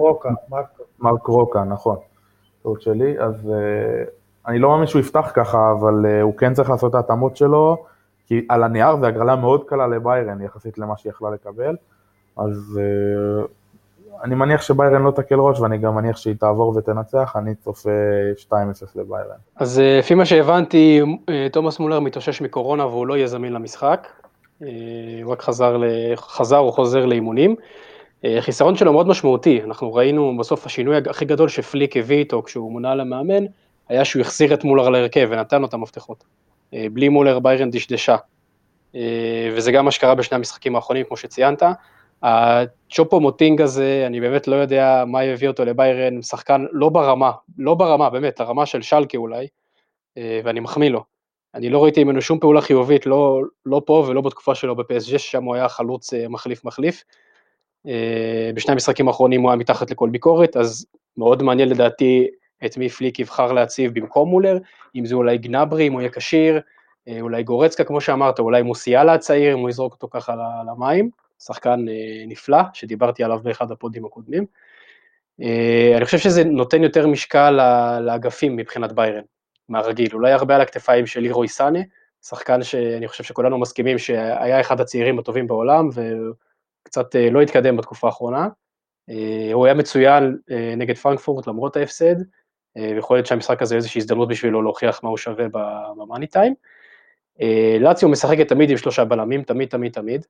מרק רוקה, נכון, טעות שלי, אז אני לא מאמין שהוא יפתח ככה, אבל הוא כן צריך לעשות את ההתאמות שלו, כי על הנייר זה הגרלה מאוד קלה לביירן, יחסית למה שהיא יכלה לקבל, אז אני מניח שביירן לא תקל ראש, ואני גם מניח שהיא תעבור ותנצח, אני צופה 2-0 לביירן. אז לפי מה שהבנתי, תומאס מולר מתאושש מקורונה, והוא לא יהיה זמין למשחק, הוא רק חזר או חוזר לאימונים, חיסרון שלו מאוד משמעותי, אנחנו ראינו בסוף השינוי הכי גדול שפליק הביא איתו כשהוא מונה למאמן, היה שהוא החזיר את מולר להרכב ונתן לו את המפתחות. בלי מולר ביירן דשדשה. וזה גם מה שקרה בשני המשחקים האחרונים, כמו שציינת. הצ'ופו מוטינג הזה, אני באמת לא יודע מה יביא אותו לביירן, שחקן לא ברמה, באמת, לרמה של שלקה אולי, ואני מחמיא לו. אני לא ראיתי ממנו שום פעולה חיובית, לא פה ולא בתקופה שלו ב-PSG, שם הוא היה חלוץ מחליף. בשני המשחקים האחרונים הוא היה מתחת לכל ביקורת, אז מאוד מעניין לדעתי את מי פליק יבחר להציב במקום מולר, אם זה אולי גנברי, אם הוא יהיה כשיר, אולי גורצקה כמו שאמרת, אולי מוסיאלה הצעיר, אם הוא יזרוק אותו ככה למים, שחקן נפלא, שדיברתי עליו באחד הפודים הקודמים. אני חושב שזה נותן יותר משקל לאגפים מבחינת ביירן, מהרגיל, אולי הרבה על הכתפיים של לירוי סאנה, שחקן שאני חושב שכולנו מסכימים שהיה אחד הצעירים הטובים בעולם, וקצת לא התקדם בתקופה האחרונה, הוא היה מצוין נגד פרנקפורט למרות ההפסד, ויכול להיות שהמשחק הזה איזושהי הזדמנות בשבילו להוכיח מה הוא שווה במאני טיים. לאציו משחקת תמיד עם 3 בלמים, תמיד,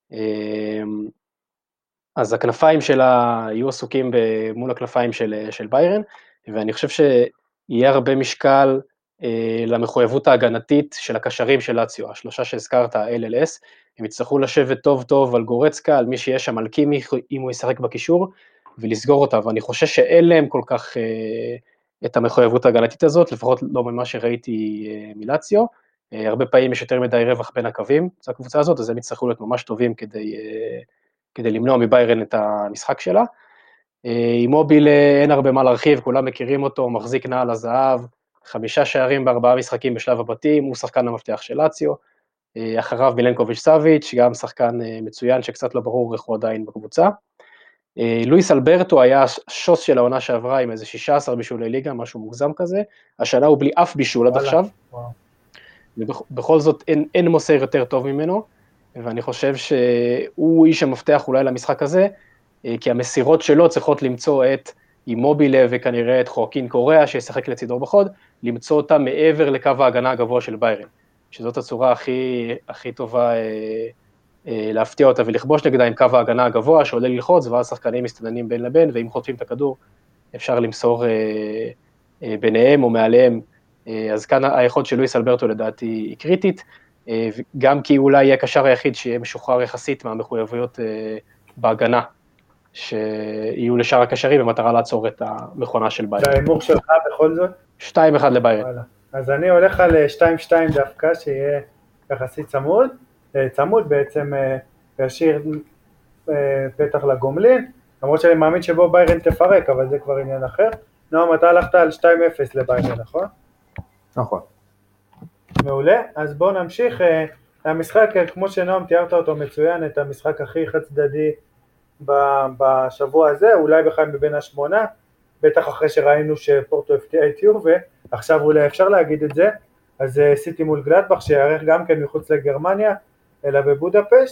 אז הכנפיים שלה יהיו עסוקים מול הכנפיים של ביירן, ואני חושב שיהיה הרבה משקל למחויבות ההגנתית של הקשרים של לאציו, השלושה שהזכרת, LLS, הם יצטרכו לשבת טוב על גורצקה, על מי שיש שם, על קימי, אם הוא ישחק בקישור, ולסגור אותה, ואני חושב שאין להם כל כך את המחויבות ההגנתית הזאת, לפחות לא ממה שראיתי מלאציו, הרבה פעמים יש יותר מדי רווח בין הקווים, זו הקבוצה הזאת, אז הם יצטרכו להיות ממש טובים כדי למנוע מביירן את המשחק שלה. עם מוביל אין הרבה מה להרחיב, כולם מכירים אותו, מחזיק נעל הזהב, 5 שערים ב4 משחקים בשלב הבתים, הוא שחקן המפתח של לאציו, אחריו מילנקוביץ' סאביץ', גם שחקן מצוין שקצת לא ברור איך הוא עדיין בקבוצה. לואיס אלברטו היה שוס של העונה שעברה עם איזה 16 בישולי ליגה, משהו מוגזם כזה, השנה הוא בלי אף בישול עד עכשיו, ובכל זאת אין מוסר יותר טוב ממנו, ואני חושב שהוא איש המפתח אולי למשחק הזה, כי המסירות שלו צריכות למצוא את אימובילה וכנראה את חואקין קוריאה שישחק לצידו בחוד, למצוא אותה מעבר לקו ההגנה הגבוה של ביירן, שזאת הצורה הכי טובה להפתיע אותה ולכבוש נגדה עם קו ההגנה הגבוה שעולה ללחוץ, ואז שחקנים מסתננים בין לבין, ואם חוטפים את הכדור אפשר למסור ביניהם או מעליהם, אז כאן היכולת של לואיס אלברטו לדעתי היא קריטית, גם כי אולי יהיה הקשר היחיד שיהיה משוחרר יחסית מהמחויבויות בהגנה, שיהיו לשאר הקשרים במטרה לעצור את המכונה של ביירן. וההימור שלך בכל זאת? 2-1 לביירן. אז אני הולך על 2-2 דווקא, שיהיה יחסית צמוד בעצם ישיר פתח לגומלין, למרות שאני מאמין שבו ביירן תפרק, אבל זה כבר עניין אחר. נועם, אתה הלכת על 2-0 לביירן, נכון? נכון. מעולה, אז בואו נמשיך. המשחק, כמו שנועם תיארת אותו מצוין, את המשחק הכי חד צדדי בשבוע הזה, אולי בכלל מבין השמונה, בטח אחרי שראינו שפורטו הפתיע את יובה, ועכשיו אולי אפשר להגיד את זה, אז סיטי מול גלדבך שיערך גם כן מחוץ לגרמניה, אלא בבודפשט.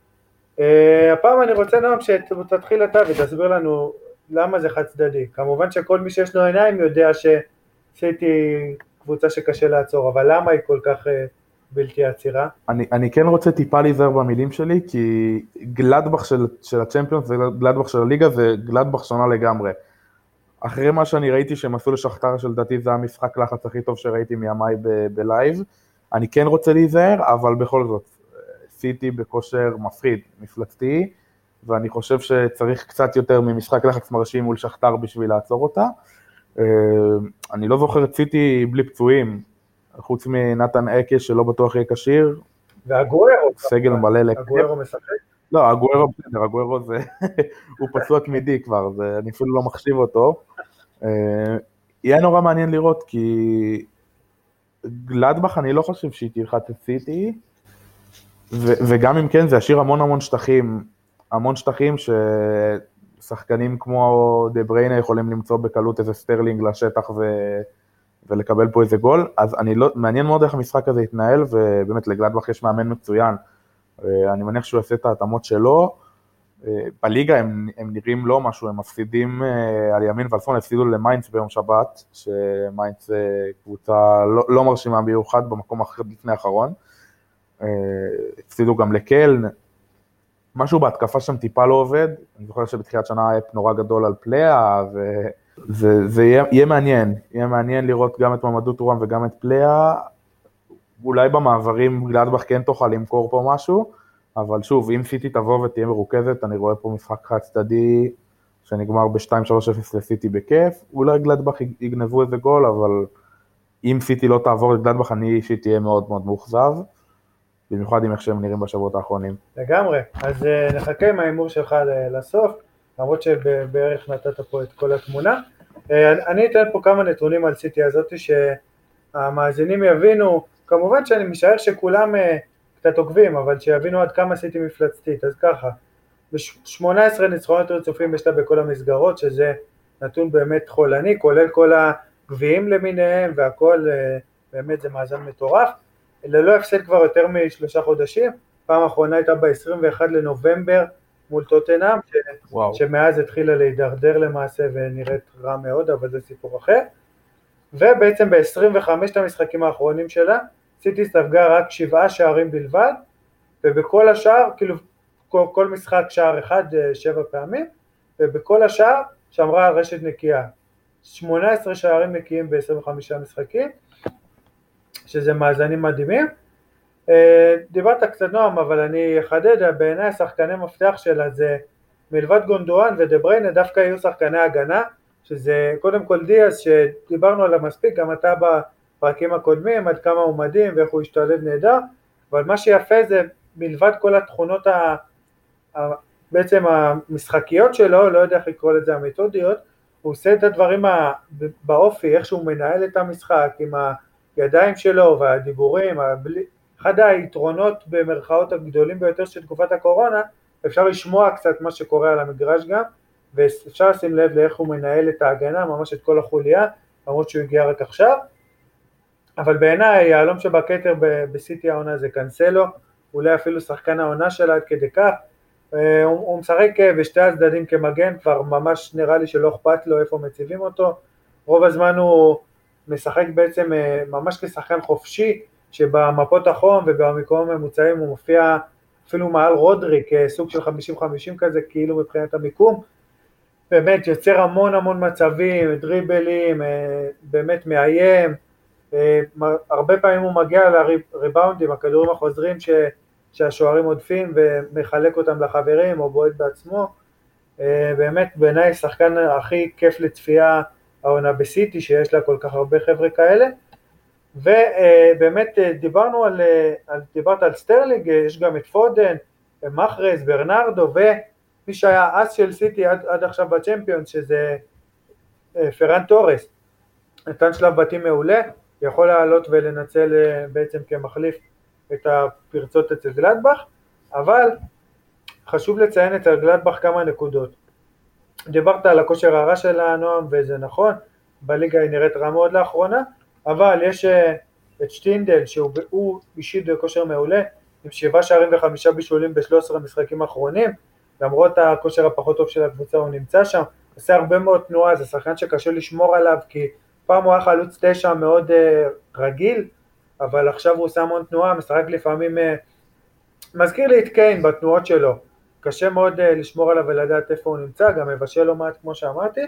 הפעם אני רוצה נועם שתתחיל אתה ותסביר לנו למה זה חד צדדי. כמובן שכל מי שיש לו עיניים יודע שסיטי קבוצה שקשה לעצור, אבל למה היא כל כך בלתי עצירה? אני כן רוצה טיפה להיזהר במילים שלי, כי גלדבך של הצ'מפיונס וגלדבך של הליגה זה גלדבך שונה לגמרי. אחרי מה שאני ראיתי שהם עשו לשכתר שלדעתי זה המשחק לחץ הכי טוב שראיתי מימיי בלייב, אני כן רוצה להיזהר, אבל בכל זאת, סיטי בכושר מפחיד, מפלצתי, ואני חושב שצריך קצת יותר ממשחק לחץ מרשים מול שכתר בשביל לעצור אותה. אני לא זוכר את סיטי בלי פצועים, חוץ מנתן אקה שלא בטוח יהיה כשיר. והגוארו. סגל מלא לקרב. הגוארו משחק? לא, הגוארו בסדר, הגוארו זה, הוא פצוע תמידי כבר, אני אפילו לא מחשיב אותו. יהיה נורא מעניין לראות, כי גלדבך אני לא חושב שהיא תלחץ את סיטי, וגם אם כן זה ישאיר המון שטחים ששחקנים כמו דה בריינה יכולים למצוא בקלות איזה סטרלינג לשטח ולקבל פה איזה גול, אז מעניין מאוד איך המשחק הזה יתנהל, ובאמת לגלדבך יש מאמן מצוין, אני מניח שהוא יעשה את ההתאמות שלו, בליגה הם נראים לא משהו, הם מפסידים על ימין ועל שמאל, הפסידו למיינץ ביום שבת, שמיינץ קבוצה לא מרשימה ביוחד במקום לפני האחרון, הפסידו גם לקלן, משהו בהתקפה שם טיפה לא עובד, אני זוכר שבתחילת שנה היה נורא גדול על פלאה, וזה יהיה מעניין לראות גם את ממדו טורם וגם את פלאה, אולי במעברים גלדבך כן תוכל למכור פה משהו, אבל שוב, אם סיטי תבוא ותהיה מרוכזת, אני רואה פה משחק חד צדדי, שנגמר ב-2-3-0 לסיטי בכיף, אולי גלדבך יגנבו איזה גול, אבל אם סיטי לא תעבור לגלדבך, אני אישית תהיה מאוד מאוד מאוכזב, במיוחד עם איך שהם נראים בשבועות האחרונים. לגמרי, אז נחכה עם האימור שלך לסוף. למרות שבערך נתת פה את כל התמונה. אני אתן פה כמה נתונים על סיטי הזאת שהמאזינים יבינו, כמובן שאני משער שכולם קצת עוקבים, אבל שיבינו עד כמה סיטי מפלצתית. אז ככה, 18 ניצחונות רצופים יש לה בכל המסגרות, שזה נתון באמת חולני, כולל כל הגביעים למיניהם והכל, באמת זה מאזן מטורף. ללא הפסד כבר יותר מ3 חודשים, פעם האחרונה הייתה ב-21 לנובמבר מול טוטנהאם, שמאז התחילה להידרדר למעשה ונראית רע מאוד, אבל זה סיפור אחר. ובעצם ב-25 המשחקים האחרונים שלה, סיטי ספגה רק 7 שערים בלבד, ובכל השאר, כאילו כל משחק שער אחד 7 פעמים, ובכל השאר שמרה על רשת נקייה. 18 שערים נקיים ב-25 משחקים, שזה מאזנים מדהימים. דיברת קצת נועם, אבל אני אחדד, בעיניי השחקני מפתח שלה זה מלבד גונדואן ודבריינה, דווקא יהיו שחקני הגנה, שזה קודם כל דיאז שדיברנו עליו מספיק, גם אתה בפרקים הקודמים, עד כמה הוא מדהים ואיך הוא השתלב נהדר, אבל מה שיפה זה מלבד כל התכונות בעצם המשחקיות שלו, לא יודע איך לקרוא לזה המתודיות, הוא עושה את הדברים באופי, איך שהוא מנהל את המשחק עם הידיים שלו והדיבורים, אחד היתרונות במרכאות הגדולים ביותר של תקופת הקורונה, אפשר לשמוע קצת מה שקורה על המגרש גם, ואפשר לשים לב לאיך הוא מנהל את ההגנה, ממש את כל החוליה, למרות שהוא הגיע רק עכשיו, אבל בעיניי העלום שבקטר בסיטי העונה זה קנסלו, אולי אפילו שחקן העונה שלה עד כדי כך, הוא משחק בשתי הצדדים כמגן, כבר ממש נראה לי שלא אכפת לו איפה מציבים אותו, רוב הזמן הוא משחק בעצם ממש כשחקן חופשי, שבמפות החום ובמקום הממוצעים הוא מופיע אפילו מעל רודרי, כסוג של 50-50 כזה, כאילו מבחינת המיקום, באמת יוצר המון מצבים, דריבלים, באמת מאיים, הרבה פעמים הוא מגיע לריבאונדים, הכדורים החוזרים שהשוערים עודפים ומחלק אותם לחברים או בועט בעצמו, באמת בעיניי שחקן הכי כיף לצפייה העונה בסיטי, שיש לה כל כך הרבה חבר'ה כאלה, ובאמת דיברת על סטרלינג, יש גם את פודן, מחרז, ברנרדו, ומי שהיה אס של סיטי עד עכשיו בצ'מפיונס, שזה פרן טורס, נתן שלב בתים מעולה, יכול לעלות ולנצל בעצם כמחליף את הפרצות אצל גלדבך, אבל חשוב לציין אצל גלדבך כמה נקודות. דיברת על הכושר הרע של נועם, וזה נכון, בליגה היא נראית רע מאוד לאחרונה, אבל יש את שטינדל שהוא אישית בכושר מעולה, עם 7 שערים ו5 בישולים ב13 המשחקים האחרונים, למרות הכושר הפחות טוב של הקבוצה הוא נמצא שם, עושה הרבה מאוד תנועה, זה שחקן שקשה לשמור עליו, כי פעם הוא היה חלוץ 9 מאוד רגיל, אבל עכשיו הוא עושה המון תנועה, משחק לפעמים, מזכיר לי את קיין בתנועות שלו, קשה מאוד לשמור עליו ולדעת איפה הוא נמצא, גם מבשל לו מעט כמו שאמרתי,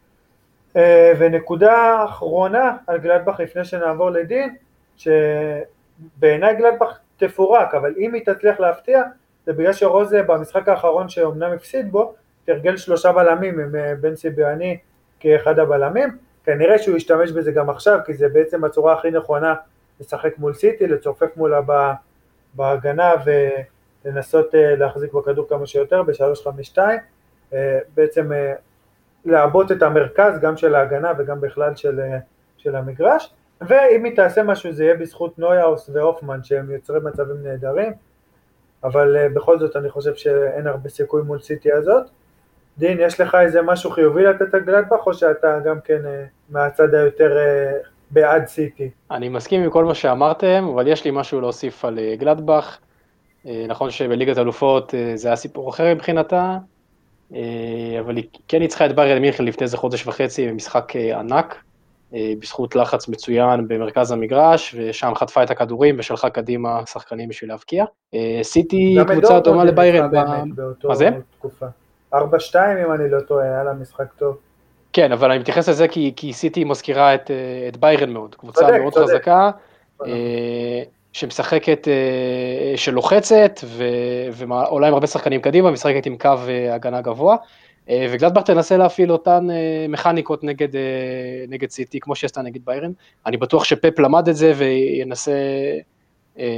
ונקודה אחרונה על גלדבך לפני שנעבור לדין, שבעיניי גלדבך תפורק, אבל אם היא תצליח להפתיע, זה בגלל שרוזה במשחק האחרון שאומנם הפסיד בו, תרגל 3 בלמים עם בן סיביאני כאחד הבלמים, כנראה שהוא ישתמש בזה גם עכשיו, כי זה בעצם הצורה הכי נכונה לשחק מול סיטי, לצופף מולה בהגנה ולנסות להחזיק בכדור כמה שיותר ב-3-5-2, בעצם לעבות את המרכז גם של ההגנה וגם בכלל של המגרש, ואם היא תעשה משהו זה יהיה בזכות נויאוס ואופמן שהם יוצרים מצבים נהדרים, אבל בכל זאת אני חושב שאין הרבה סיכוי מול סיטי הזאת. דין, יש לך איזה משהו חיובי לתת על גלדבך, או שאתה גם כן מהצד היותר בעד סיטי? אני מסכים עם כל מה שאמרתם, אבל יש לי משהו להוסיף על גלדבך. נכון שבליגת אלופות זה היה סיפור אחר מבחינתה, אבל היא כן ניצחה את ביירן מינכן לפני איזה חודש וחצי במשחק ענק, בזכות לחץ מצוין במרכז המגרש, ושם חטפה את הכדורים ושלחה קדימה שחקנים בשביל להבקיע. סיטי קבוצה דומה לביירן. מה זה? 4-2 אם אני לא טועה, היה לה משחק טוב. כן, אבל אני מתייחס לזה כי סיטי מזכירה את ביירן מאוד, קבוצה מאוד חזקה, שמשחקת, שלוחצת, ועולה עם הרבה שחקנים קדימה, משחקת עם קו הגנה גבוה, וגלדבך תנסה להפעיל אותן מכניקות נגד סיטי, כמו שעשתה נגד ביירן. אני בטוח שפפ למד את זה, וינסה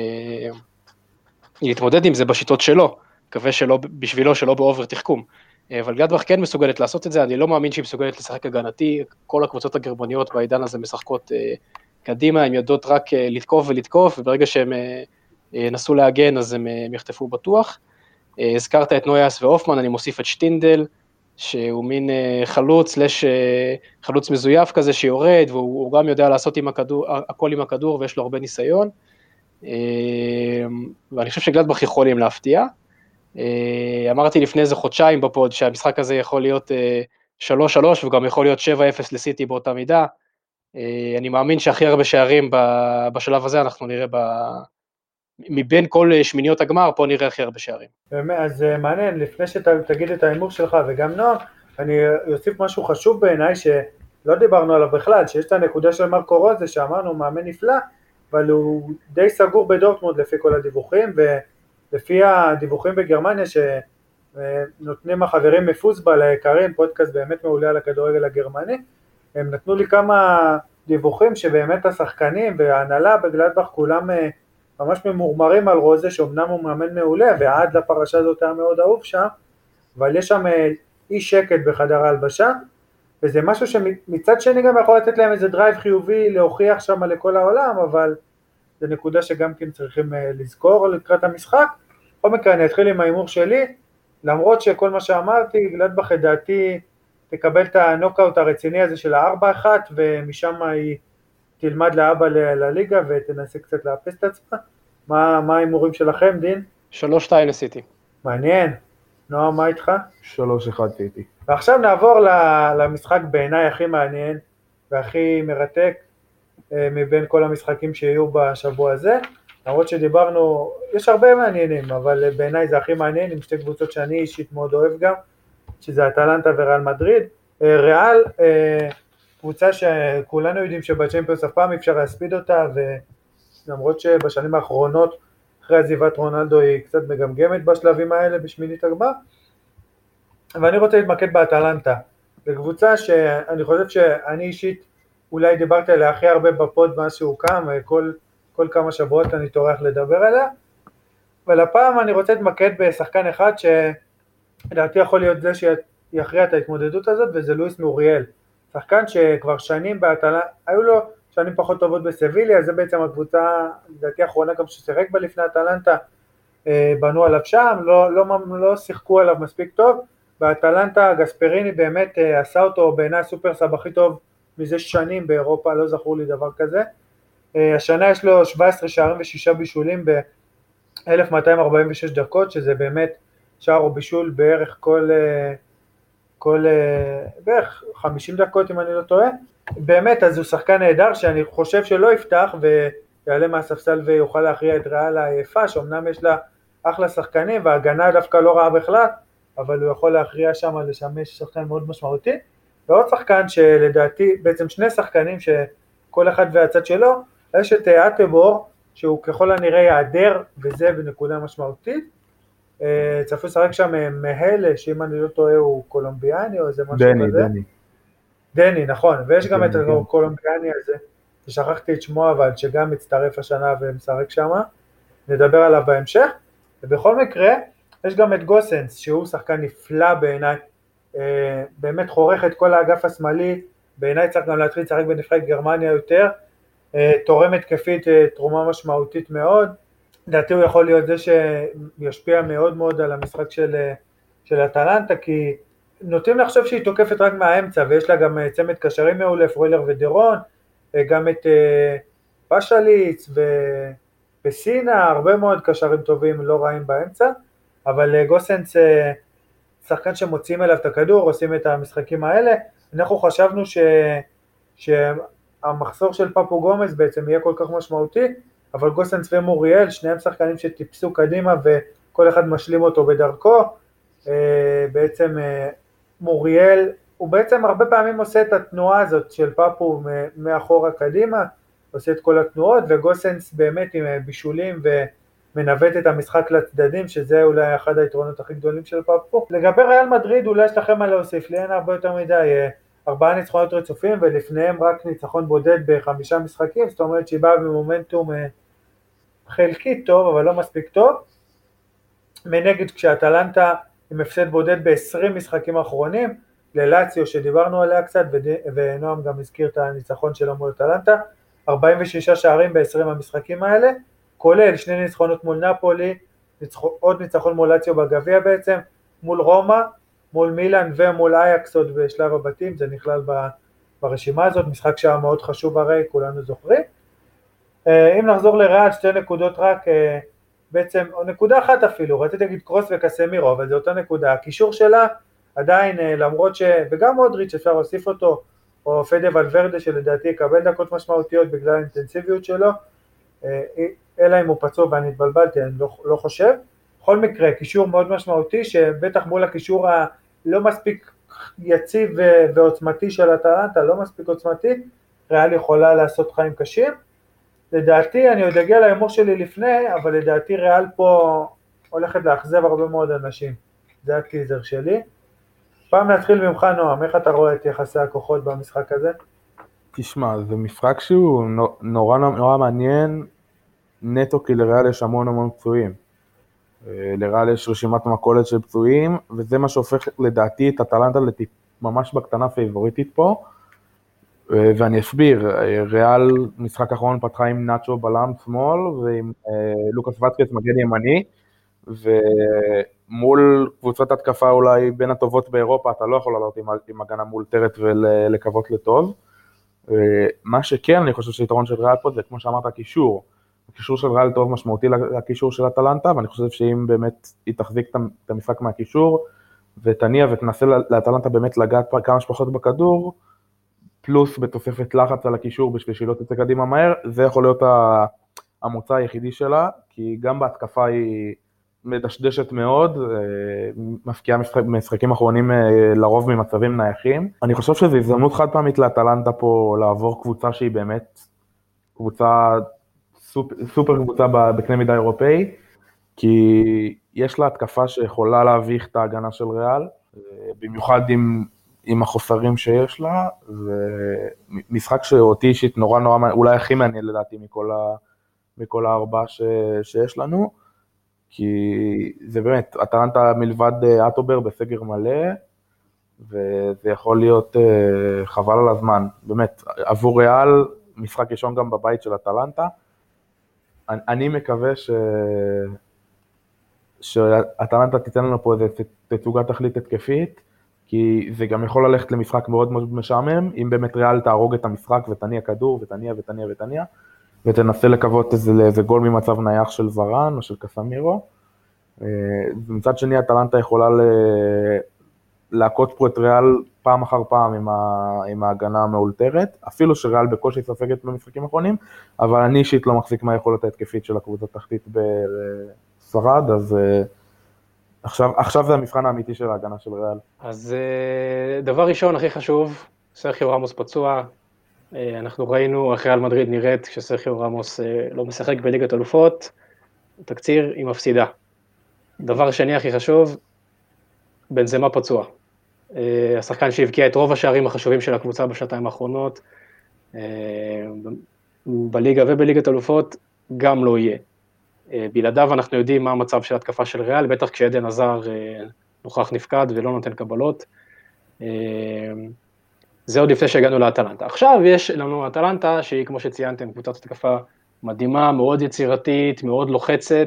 להתמודד עם זה בשיטות שלו, מקווה שלא, בשבילו שלא באובר תחכום. אבל גלדבך כן מסוגלת לעשות את זה, אני לא מאמין שהיא מסוגלת לשחק הגנתי, כל הקבוצות הגרמניות בעידן הזה משחקות קדימה, הן יודעות רק לתקוף ולתקוף, וברגע שהם נסו להגן אז הם יחטפו בטוח. הזכרת את נויאס ואופמן, אני מוסיף את שטינדל, שהוא מין חלוץ מזויף כזה שיורד, והוא גם יודע לעשות הכל עם הכדור, ויש לו הרבה ניסיון, ואני חושב שגלדבך יכולים להפתיע. אמרתי לפני איזה חודשיים בפוד, שהמשחק הזה יכול להיות 3-3, וגם יכול להיות 7-0 לסיטי באותה מידה. אני מאמין שהכי הרבה שערים בשלב הזה, אנחנו נראה מבין כל שמיניות הגמר, פה נראה הכי הרבה שערים. אז מעניין, לפני שתגיד את האימור שלך וגם נועם, אני אוסיף משהו חשוב בעיניי שלא דיברנו עליו בכלל, שיש את הנקודה של מרקו רוזה שאמרנו מאמן נפלא, אבל הוא די סגור בדורטמונד לפי כל הדיווחים, ולפי הדיווחים בגרמניה שנותנים החברים מפוסבל היקרים, פודקאסט באמת מעולה על הכדורגל הגרמני, הם נתנו לי כמה דיווחים שבאמת השחקנים וההנהלה בגלדבך כולם ממש ממורמרים על רוזה, שאומנם הוא מאמן מעולה, ועד לפרשה הזאת היה מאוד אהוב שם, אבל יש שם אי שקט בחדר ההלבשה, וזה משהו שמצד שני גם יכול לתת להם איזה דרייב חיובי להוכיח שם לכל העולם, אבל זה נקודה שגם כן צריכים לזכור לקראת המשחק. בכל מקרה אני אתחיל עם האימור שלי, למרות שכל מה שאמרתי, גלדבך לדעתי תקבל את הנוקאוט הרציני הזה של ה-4-1, ומשם היא תלמד לאבא לליגה ותנסה קצת לאפס את עצמה. מה האימורים שלכם, דין? 3-2 לסיטי. מעניין. נועם, מה איתך? 3-1 סיטי. ועכשיו נעבור למשחק בעיניי הכי מעניין והכי מרתק מבין כל המשחקים שיהיו בשבוע הזה. למרות שדיברנו, יש הרבה מעניינים, אבל בעיניי זה הכי מעניין עם שתי קבוצות שאני אישית מאוד אוהב גם, שזה אטלנטה וריאל מדריד. ריאל, קבוצה שכולנו יודעים שבצ'מפיונס אף פעם אפשר להספיד אותה, ולמרות שבשנים האחרונות אחרי עזיבת רונלדו היא קצת מגמגמת בשלבים האלה בשמינית הגמר, ואני רוצה להתמקד באטלנטה. זו קבוצה שאני חושב שאני אישית אולי דיברתי עליה הכי הרבה בפוד מאז שהוא קם, כל כמה שבועות אני טורח לדבר עליה, ולפעם אני רוצה להתמקד בשחקן אחד שלדעתי יכול להיות זה שיכריע את ההתמודדות הזאת, וזה לואיס מוריאל. שחקן שכבר שנים באטלנטה, היו לו שנים פחות טובות בסביליה, זה בעצם הקבוצה, לדעתי האחרונה גם ששיחק בה לפני אטלנטה, בנו עליו שם, לא שיחקו עליו מספיק טוב, באטלנטה גספריני באמת עשה אותו בעיניי הסופר סאב הכי טוב מזה שנים באירופה, לא זכור לי דבר כזה. השנה יש לו 17 שערים ו6 בישולים ב-1246 דקות, שזה באמת שער או בישול בערך בערך 50 דקות אם אני לא טועה. באמת, אז הוא שחקן נהדר שאני חושב שלא יפתח ויעלה מהספסל ויוכל להכריע את ריאל היפה, שאומנם יש לה אחלה שחקנים וההגנה דווקא לא רעה בכלל, אבל הוא יכול להכריע שם לשמש שחקן מאוד משמעותי. ועוד שחקן שלדעתי, בעצם שני שחקנים שכל אחד והצד שלו, יש את אטבור, שהוא ככל הנראה יעדר, וזה בנקודה משמעותית. צפוי לשחק שם מהלה, שאם אני לא טועה הוא קולומביאני או איזה משהו כזה. דני, נכון, ויש גם את הקולומביאני הזה, ששכחתי את שמו אבל, שגם מצטרף השנה ומשחק שם, נדבר עליו בהמשך. ובכל מקרה, יש גם את גוסנס, שהוא שחקן נפלא בעיניי, באמת חורך את כל האגף השמאלי, בעיניי צריך גם להתחיל לשחק בנבחרת גרמניה יותר, תורם התקפית תרומה משמעותית מאוד, לדעתי הוא יכול להיות זה שישפיע מאוד מאוד על המשחק של אטלנטה, כי נוטים לחשוב שהיא תוקפת רק מהאמצע, ויש לה גם צמד קשרים מעולה, פרוילר ודרון, גם את פשליץ וסינה, הרבה מאוד קשרים טובים לא רעים באמצע, אבל גוסנס שחקן שמוצאים אליו את הכדור, עושים את המשחקים האלה. אנחנו חשבנו שהמחסור של פפו גומז בעצם יהיה כל כך משמעותי, אבל גוסנס ומוריאל, שניהם שחקנים שטיפסו קדימה וכל אחד משלים אותו בדרכו. בעצם מוריאל, הוא בעצם הרבה פעמים עושה את התנועה הזאת של פפו מאחורה קדימה, עושה את כל התנועות, וגוסנס באמת עם בישולים ומנווט את המשחק לצדדים, שזה אולי אחד היתרונות הכי גדולים של פפו. לגבי ריאל מדריד, אולי יש לכם מה להוסיף, לי אין הרבה יותר מדי, 4 ניצחונות רצופים, ולפניהם רק ניצחון בודד ב5 משחקים, זאת אומרת שהיא באה במומנטום חלקית טוב, אבל לא מספיק טוב. מנגד כשאטלנטה עם הפסד בודד ב-20 משחקים האחרונים, ללאציו שדיברנו עליה קצת, ונועם גם הזכיר את הניצחון שלה מול אטלנטה, 46 שערים ב-20 המשחקים האלה, כולל 2 ניצחונות מול נפולי, עוד ניצחון מול לאציו בגביע בעצם, מול רומא, מול מילאן ומול אייקס עוד בשלב הבתים, זה נכלל ברשימה הזאת, משחק שהיה מאוד חשוב הרי, כולנו זוכרים. אם נחזור לריאל, 2 נקודות רק, בעצם, או נקודה אחת אפילו, רציתי להגיד קרוס וקסמירו, אבל זו אותה נקודה, הקישור שלה עדיין, למרות וגם מודריץ' אפשר להוסיף אותו, או פדה ולוורדה שלדעתי יקבל דקות משמעותיות בגלל האינטנסיביות שלו, אלא אם הוא פצוע ואני התבלבלתי, אני לא חושב. בכל מקרה, קישור מאוד משמעותי, שבטח מול הקישור הלא מספיק יציב ועוצמתי של אטלנטה, לא מספיק עוצמתי, ריאל יכולה לעשות חיים קשים. לדעתי, אני עוד אגיע להימור שלי לפני, אבל לדעתי ריאל פה הולכת לאכזב הרבה מאוד אנשים. זה הטיזר שלי. פעם נתחיל ממך נועם, איך אתה רואה את יחסי הכוחות במשחק הזה? תשמע, זה משחק שהוא נורא מעניין, נטו כי לריאל יש המון פצועים. לריאל יש רשימת מכולת של פצועים, וזה מה שהופך לדעתי את אטלנטה ממש בקטנה פייבוריטית פה, ואני אסביר, ריאל משחק האחרון פתחה עם נאצ'ו בלם שמאל, ועם לוקאס וסקס מגן ימני, ומול קבוצת התקפה אולי בין הטובות באירופה, אתה לא יכול לעלות עם הגנה מאולתרת ולקוות לטוב. מה שכן, אני חושב שיתרון של ריאל פה זה כמו שאמרת, הקישור של ריאל טוב משמעותי לקישור של אטלנטה, ואני חושב שאם באמת היא תחזיק את המשחק מהקישור, ותניע ותנסה לאטלנטה באמת לגעת כמה שפחות בכדור, פלוס בתוספת לחץ על הקישור בשביל שהיא לא תצא קדימה מהר, זה יכול להיות המוצא היחידי שלה, כי גם בהתקפה היא מדשדשת מאוד, מפקיעה משחקים אחרונים לרוב ממצבים נייחים. אני חושב שזו הזדמנות חד פעמית לאטלנטה פה לעבור קבוצה שהיא באמת קבוצה, סופר קבוצה בקנה מידה אירופאי, כי יש לה התקפה שיכולה להביך את ההגנה של ריאל, במיוחד עם החוסרים שיש לה, ומשחק שאותי אישית נורא, אולי הכי מעניין לדעתי מכל הארבע שיש לנו, כי זה באמת, אטלנטה מלבד אטובר בסגר מלא, וזה יכול להיות חבל על הזמן, באמת, עבור ריאל, משחק ראשון גם בבית של אטלנטה, אני מקווה שאטלנטה תיתן לנו פה איזו תצוגת תכלית התקפית, כי זה גם יכול ללכת למשחק מאוד מאוד משעמם, אם באמת ריאל תהרוג את המשחק ותניע כדור ותניע, ותנסה לקוות לאיזה גול ממצב נייח של ורן או של קסמירו. ומצד שני, אטלנטה יכולה להכות פה את ריאל פעם אחר פעם עם ההגנה המאולתרת, אפילו שריאל בקושי ספגת במשחקים האחרונים, אבל אני אישית לא מחזיק מהיכולת ההתקפית של הקבוצה התחתית בספרד, אז עכשיו זה המבחן האמיתי של ההגנה של ריאל. אז דבר ראשון, הכי חשוב, סרחיו רמוס פצוע, אנחנו ראינו איך ריאל מדריד נראית כשסרחיו רמוס לא משחק בליגת אלופות, תקציר היא מפסידה. דבר שני הכי חשוב, בנזמה פצוע. השחקן שהבקיע את רוב השערים החשובים של הקבוצה בשנתיים האחרונות, בליגה ובליגת אלופות, גם לא יהיה. בלעדיו אנחנו יודעים מה המצב של התקפה של ריאל, בטח כשעדן עזר נוכח נפקד ולא נותן קבלות. זה עוד לפני שהגענו לאטלנטה. עכשיו יש לנו אטלנטה שהיא כמו שציינתם, קבוצת התקפה מדהימה, מאוד יצירתית, מאוד לוחצת,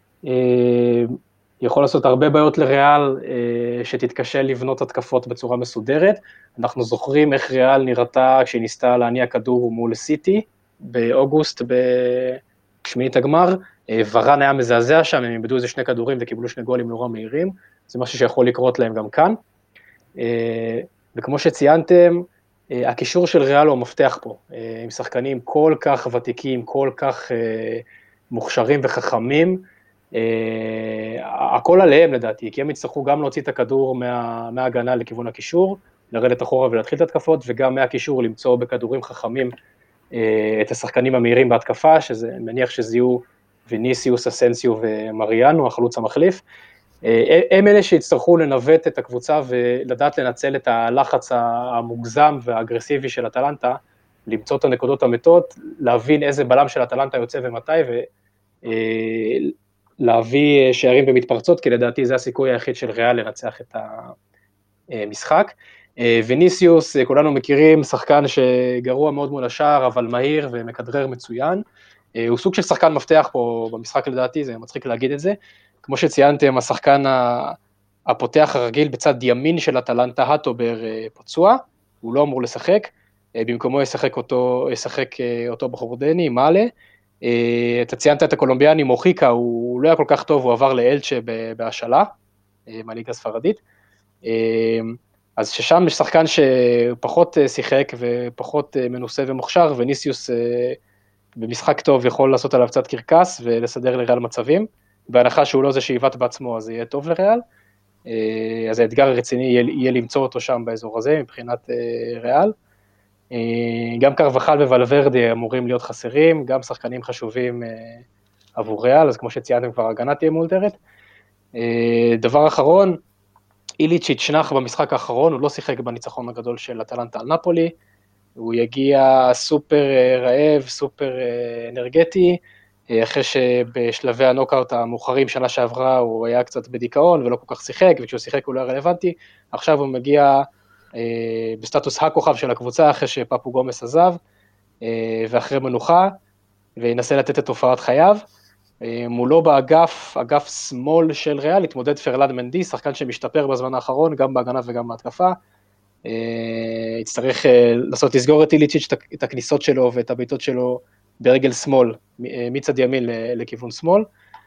יכול לעשות הרבה בעיות לריאל שתתקשה לבנות התקפות בצורה מסודרת. אנחנו זוכרים איך ריאל נראתה כשהיא ניסתה להניע כדור מול סיטי באוגוסט בשמינית הגמר, ורן היה מזעזע שם, הם איבדו איזה 2 כדורים וקיבלו 2 גולים נורא מהירים, זה משהו שיכול לקרות להם גם כאן. וכמו שציינתם, הקישור של ריאל הוא המפתח פה, עם שחקנים כל כך ותיקים, כל כך מוכשרים וחכמים, הכל עליהם לדעתי, כי הם יצטרכו גם להוציא את הכדור מההגנה לכיוון הקישור, לרדת אחורה ולהתחיל את התקפות, וגם מהקישור למצוא בכדורים חכמים את השחקנים המהירים בהתקפה, שזה מניח שזה יהיו ויניסיוס, אסנסיו ומריאנו, החלוץ המחליף, הם אלה שיצטרכו לנווט את הקבוצה ולדעת לנצל את הלחץ המוגזם והאגרסיבי של אטלנטה, למצוא את הנקודות המתות, להבין איזה בלם של אטלנטה יוצא ומתי, להביא שערים במתפרצות, כי לדעתי זה הסיכוי היחיד של ריאל לנצח את המשחק. ויניסיוס, כולנו מכירים, שחקן שגרוע מאוד מול השער, אבל מהיר ומכדרר מצוין. הוא סוג של שחקן מפתח פה במשחק לדעתי, זה מצחיק להגיד את זה. כמו שציינתם, השחקן הפותח הרגיל בצד ימין של אטלנטה, הטובר פצוע, הוא לא אמור לשחק, במקומו ישחק אותו בחור דני, מאלה. אתה ציינת את הקולומביאני, מוחיקה, הוא לא היה כל כך טוב, הוא עבר לאלצ'ה בהשאלה, מהליגה הספרדית. אז ששם יש שחקן שפחות שיחק ופחות מנוסה ומוכשר, וניסיוס במשחק טוב יכול לעשות עליו קצת קרקס ולסדר לריאל מצבים, בהנחה שהוא לא זה שאיבט בעצמו, אז זה יהיה טוב לריאל. אז האתגר הרציני יהיה למצוא אותו שם באזור הזה, מבחינת ריאל. גם קרבחל וולברדי אמורים להיות חסרים, גם שחקנים חשובים עבור ריאל, אז כמו שציינתם כבר, הגנה תהיה מאולתרת. דבר אחרון, איליצ'יץ' נח במשחק האחרון, הוא לא שיחק בניצחון הגדול של אטלנטה על נפולי, הוא יגיע סופר רעב, סופר אנרגטי, אחרי שבשלבי הנוקאוט המאוחרים שנה שעברה הוא היה קצת בדיכאון ולא כל כך שיחק, וכשהוא שיחק הוא לא היה רלוונטי, עכשיו הוא מגיע בסטטוס הכוכב של הקבוצה, אחרי שפפו גומס עזב, ואחרי מנוחה, וינסה לתת את הופעת חייו. מולו באגף, אגף שמאל של ריאל, התמודד פרלן מנדי, שחקן שמשתפר בזמן האחרון, גם בהגנה וגם בהתקפה. יצטרך לסגור את איליצ'יץ' את הכניסות שלו ואת הביתות שלו ברגל שמאל, מצד ימין לכיוון שמאל.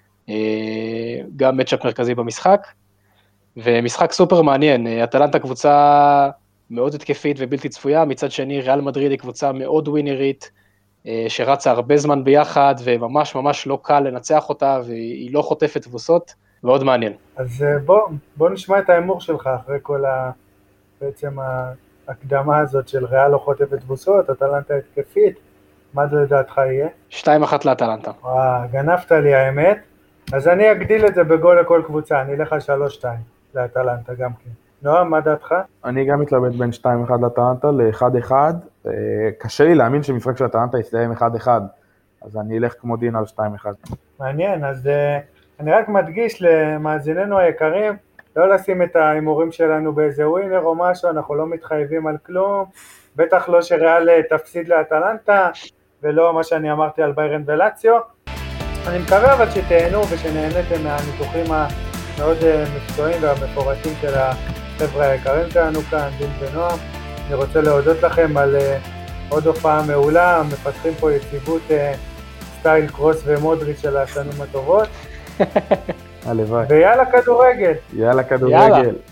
גם מצ'אפ מרכזי במשחק. ומשחק סופר מעניין, אטלנטה קבוצה מאוד התקפית ובלתי צפויה, מצד שני ריאל מדריד היא קבוצה מאוד ווינרית, שרצה הרבה זמן ביחד, וממש ממש לא קל לנצח אותה, והיא לא חוטפת תבוסות, מאוד מעניין. אז בוא נשמע את האמור שלך, אחרי כל בעצם ההקדמה הזאת של ריאל לא חוטפת תבוסות, אטלנטה התקפית, מה לדעתך יהיה? 2-1 לאטלנטה. גנבת לי האמת, אז אני אגדיל את זה בגול לכל קבוצה, אני אלך על 3-2 לאטלנטה גם כן. נועם, מה דעתך? אני גם מתלבט בין 2-1 לאטלנטה ל-1-1, קשה לי להאמין שמשחק של אטלנטה יסתיים 1-1, אז אני אלך כמו דין על 2-1. מעניין, אז אני רק מדגיש למאזיננו היקרים, לא לשים את ההימורים שלנו באיזה ווינר או משהו, אנחנו לא מתחייבים על כלום, בטח לא שריאל תפסיד לאטלנטה, ולא מה שאני אמרתי על ביירן ולציו. אני מקווה אבל שתהנו ושנהנתם מהניתוחים המאוד מקצועיים והמפורטים של החבר'ה היקרים שלנו כאן, דין ונועם. אני רוצה להודות לכם על עוד הופעה מעולה, מפתחים פה יציבות סטייל קרוס ומודריץ' של השנים הטובות. הלוואי. ויאללה כדורגל. יאללה כדורגל.